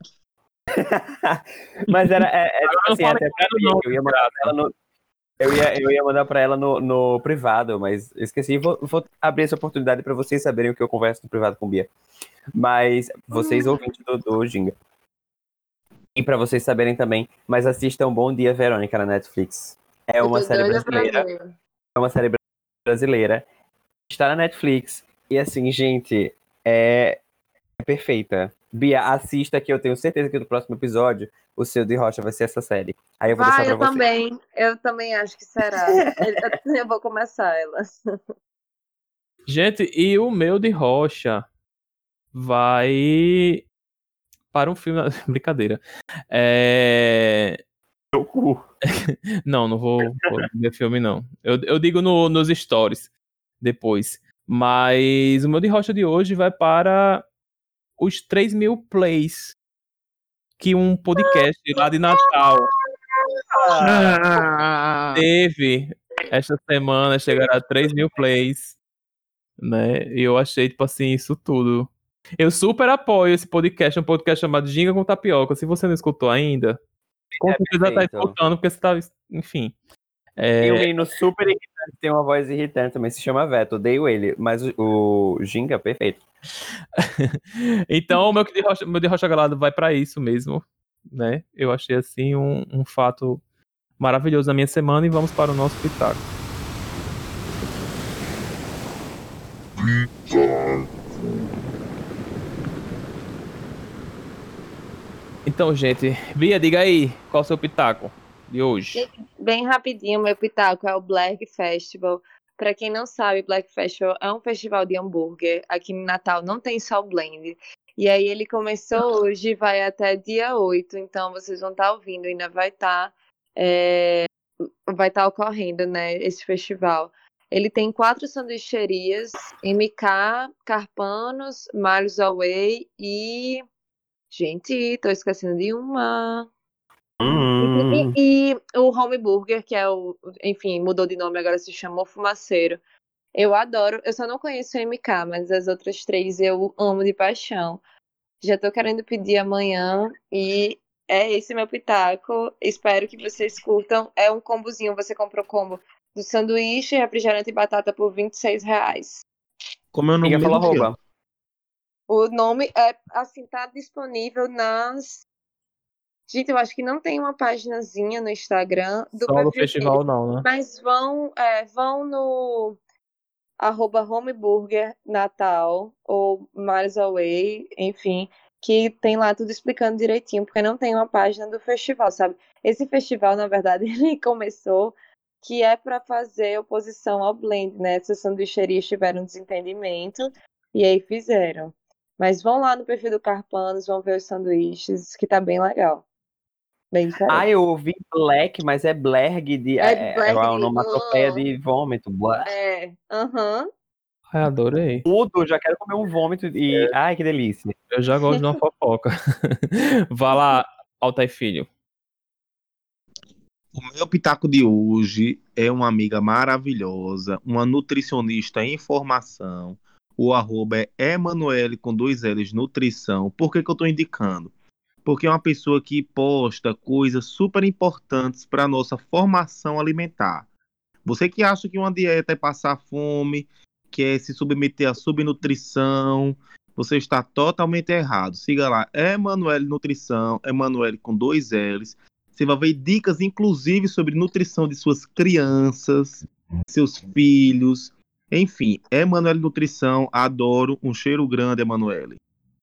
Mas assim, até pra Bia, que eu ia mandar pra ela no... Eu ia mandar pra ela no privado, mas eu esqueci. Vou abrir essa oportunidade pra vocês saberem o que eu converso no privado com Bia. Mas vocês ouvintes do Ginga. E pra vocês saberem também, mas assistam Bom Dia, Verônica na Netflix. É uma série brasileira. É uma série brasileira. Está na Netflix. E assim, gente, é perfeita. Bia, assista que eu tenho certeza que no próximo episódio o seu de Rocha vai ser essa série. Aí eu vou deixar pra você. Eu também acho que será. Eu vou começar ela. Gente, e o meu de Rocha vai para um filme... Brincadeira. Meu cu. Não vou ver filme, não. Eu digo nos stories depois. Mas o meu de Rocha de hoje vai para os 3.000 plays que um podcast lá de Natal teve esta semana. Chegaram a 3.000 plays, né? E eu achei, tipo assim, isso tudo. Eu super apoio esse podcast, um podcast chamado Ginga com Tapioca. Se você não escutou ainda, com certeza tá escutando, porque você tá, enfim. Tem um menino super irritante, tem uma voz irritante também, se chama Veto, odeio ele, mas o Ginga é perfeito. Então, o meu de Rocha Galado vai pra isso mesmo, né? Eu achei, assim, um fato maravilhoso na minha semana e vamos para o nosso pitaco. Então, gente, Bia, diga aí, qual é o seu pitaco de hoje? Bem rapidinho, meu pitaco é o Black Festival. Para quem não sabe, Black Festival é um festival de hambúrguer. Aqui no Natal não tem só o blend. E aí ele começou hoje e vai até dia 8. Então vocês vão estar ouvindo, ainda vai estar ocorrendo, né, esse festival. Ele tem 4 sanduicherias, MK, Carpanos, Miles Away e... Gente, tô esquecendo de uma... E o Home Burger, que é enfim, mudou de nome, agora se chamou Fumaceiro. Eu adoro, eu só não conheço o MK, mas as outras 3 eu amo de paixão. Já tô querendo pedir amanhã e é esse meu pitaco. Espero que vocês curtam. É um combozinho, você compra o combo do sanduíche, refrigerante e batata por R$26. Como é o nome O nome é, assim, tá disponível nas... Gente, eu acho que não tem uma paginazinha no Instagram do Só no perfil festival dele, não, né? mas vão no @homeburger Natal ou Miles Away, enfim, que tem lá tudo explicando direitinho, porque não tem uma página do festival, sabe? Esse festival, na verdade, ele começou que é para fazer oposição ao blend, né? Essas sanduicherias tiveram um desentendimento e aí fizeram. Mas vão lá no perfil do Carpanos, vão ver os sanduíches, que tá bem legal. Bem diferente. Eu ouvi Black, mas é Blerg de. É Black uma onomatopeia de vômito. aham. Ai, adorei. Tudo, já quero comer um vômito e. Ai, que delícia. Eu já gosto de uma fofoca. Vá lá, Altair Filho. O meu pitaco de hoje é uma amiga maravilhosa, uma nutricionista em formação. O arroba é Emanuele com 2 L's Nutrição. Por que eu estou indicando? Porque é uma pessoa que posta coisas super importantes para a nossa formação alimentar. Você que acha que uma dieta é passar fome, que é se submeter à subnutrição, você está totalmente errado. Siga lá, Emanuele Nutrição, Emanuele com 2 L's. Você vai ver dicas, inclusive, sobre nutrição de suas crianças, seus filhos. Enfim, Emanuele Nutrição, adoro. Um cheiro grande, Emanuele.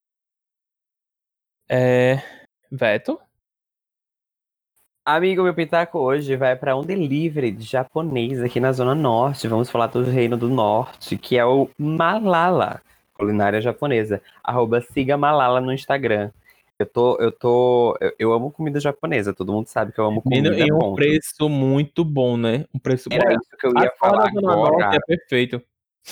Veto? Amigo, meu pitaco hoje vai para um delivery de japonês aqui na Zona Norte. Vamos falar do Reino do Norte, que é o Malala, culinária japonesa. @siga Malala no Instagram. Eu amo comida japonesa, todo mundo sabe que eu amo comida, E um ponto. preço muito bom, né? Um preço bom. Era isso que eu ia falar agora. É perfeito.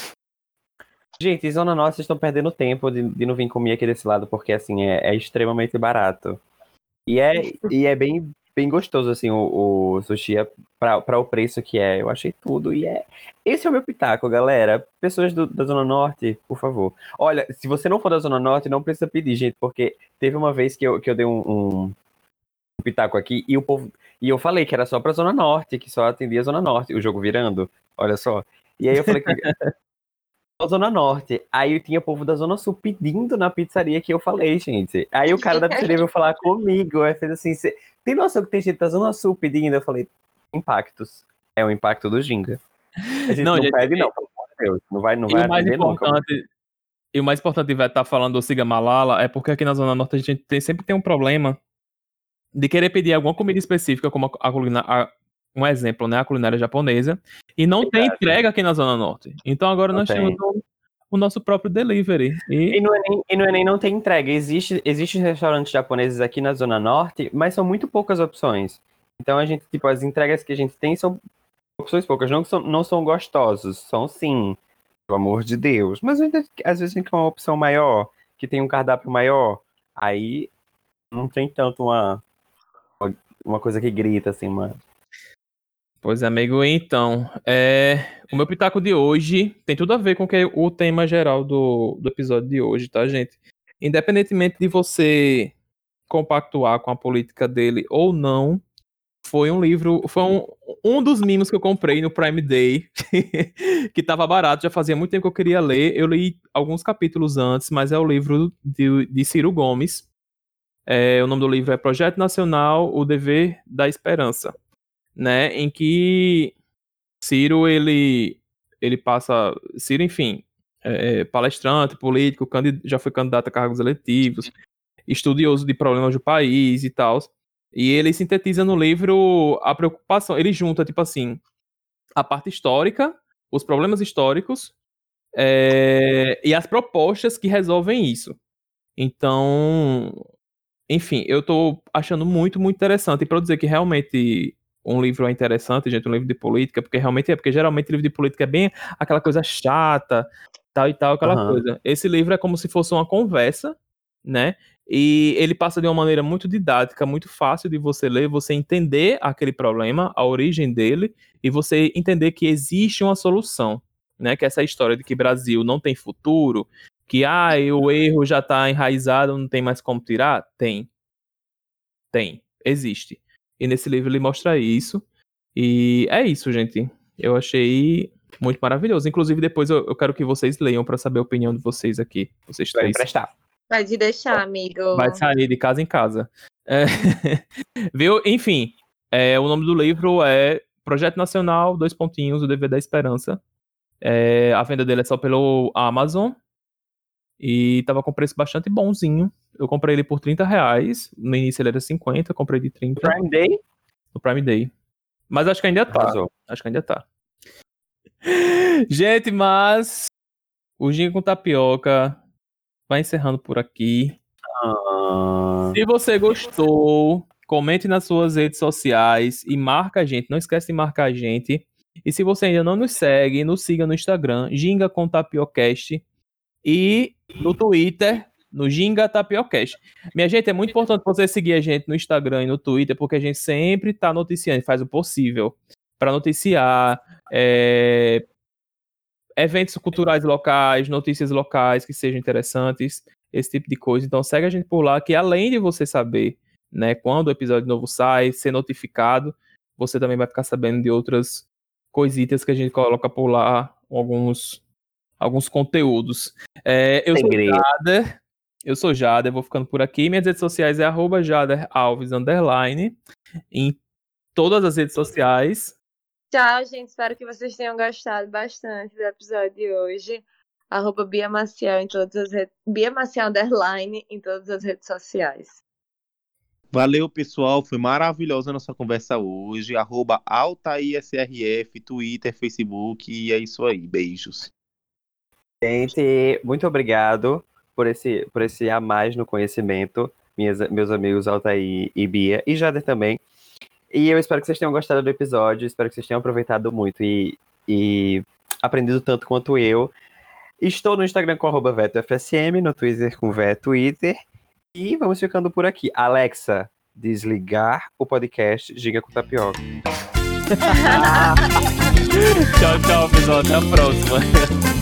Gente, Zona Norte, vocês estão perdendo tempo de não vir comer aqui desse lado, porque assim, é extremamente barato. E é bem gostoso, assim, o sushi para o preço que é. Eu achei tudo esse é o meu pitaco, galera. Pessoas da Zona Norte, por favor. Olha, se você não for da Zona Norte, não precisa pedir, gente, porque teve uma vez que eu dei um pitaco aqui e eu falei que era só pra Zona Norte, que só atendia a Zona Norte, o jogo virando, olha só. E aí eu falei que a Zona Norte. Aí tinha povo da Zona Sul pedindo na pizzaria que eu falei, gente. Aí o cara da pizzaria veio falar comigo. Aí fez assim: tem noção que tem gente da Zona Sul pedindo? Eu falei: impactos. É o impacto do Ginga. A gente não pede, não, pelo amor de Deus. Não vai atender nunca. E o mais importante de estar falando do Siga Malala é porque aqui na Zona Norte a gente sempre tem um problema de querer pedir alguma comida específica, como um exemplo, né, a culinária japonesa, e não tem entrega aqui na Zona Norte. Então agora nós temos o nosso próprio delivery. E não é nem não tem entrega. Existem restaurantes japoneses aqui na Zona Norte, mas são muito poucas opções. Então a gente, tipo, as entregas que a gente tem são opções poucas. Não são gostosos, são sim, pelo amor de Deus. Mas às vezes a gente quer uma opção maior, que tem um cardápio maior, aí não tem tanto uma coisa que grita assim, mano. Pois, amigo, então, o meu pitaco de hoje tem tudo a ver com o tema geral do episódio de hoje, tá, gente? Independentemente de você compactuar com a política dele ou não, foi um dos mimos que eu comprei no Prime Day, que tava barato, já fazia muito tempo que eu queria ler. Eu li alguns capítulos antes, mas é o livro de Ciro Gomes. O nome do livro é Projeto Nacional, O Dever da Esperança, né, em que Ciro, ele passa... Ciro, enfim, palestrante, político, já foi candidato a cargos eletivos, estudioso de problemas do país e tal. E ele sintetiza no livro a preocupação, ele junta, tipo assim, a parte histórica, os problemas históricos, e as propostas que resolvem isso. Então, enfim, eu tô achando muito, muito interessante. E pra eu dizer que realmente um livro é interessante, gente, um livro de política, porque realmente porque geralmente livro de política é bem aquela coisa chata, tal e tal, aquela coisa. Esse livro é como se fosse uma conversa, né? E ele passa de uma maneira muito didática, muito fácil de você ler, você entender aquele problema, a origem dele, e você entender que existe uma solução, né? Que essa história de que Brasil não tem futuro, que o erro já está enraizado, não tem mais como tirar? Tem, existe. E nesse livro ele mostra isso. E é isso, gente. Eu achei muito maravilhoso. Inclusive, depois eu quero que vocês leiam para saber a opinião de vocês aqui. Vocês três. Vai emprestar. Pode deixar, amigo. Vai sair de casa em casa. Viu? Enfim, o nome do livro é Projeto Nacional, o Dever da Esperança. A venda dele é só pelo Amazon. E tava com preço bastante bonzinho. Eu comprei ele por R$30. No início ele era 50, eu comprei de 30. Prime Day? No Prime Day. Mas acho que ainda tá. Arrasou. Acho que ainda tá. Gente, mas o Ginga com Tapioca vai encerrando por aqui. Se você gostou, comente nas suas redes sociais e marca a gente. Não esquece de marcar a gente. E se você ainda não nos segue, nos siga no Instagram, Ginga com Tapiocast. E no Twitter, no Ginga Tapiocast. Minha gente, é muito importante você seguir a gente no Instagram e no Twitter, porque a gente sempre tá noticiando, faz o possível para noticiar eventos culturais locais, notícias locais que sejam interessantes, esse tipo de coisa. Então segue a gente por lá, que além de você saber, né, quando o episódio novo sai, ser notificado, você também vai ficar sabendo de outras coisitas que a gente coloca por lá, alguns conteúdos. Eu sou Jader, vou ficando por aqui. Minhas redes sociais é @JaderAlves_, em todas as redes sociais. Tchau, gente. Espero que vocês tenham gostado bastante do episódio de hoje. @BiaMaciel em todas as redes. BiaMaciel_ em todas as redes sociais. Valeu, pessoal. Foi maravilhosa a nossa conversa hoje. @AltaISRF, Twitter, Facebook. E é isso aí. Beijos. Gente, muito obrigado por esse a mais no conhecimento, meus amigos Altair e Bia, e Jader também. E eu espero que vocês tenham gostado do episódio, espero que vocês tenham aproveitado muito e aprendido tanto quanto eu. Estou no Instagram com @VetoFSM, no Twitter com VetoTwitter, e vamos ficando por aqui. Alexa, desligar o podcast Ginga com Tapioca. Tchau, pessoal. Até a próxima.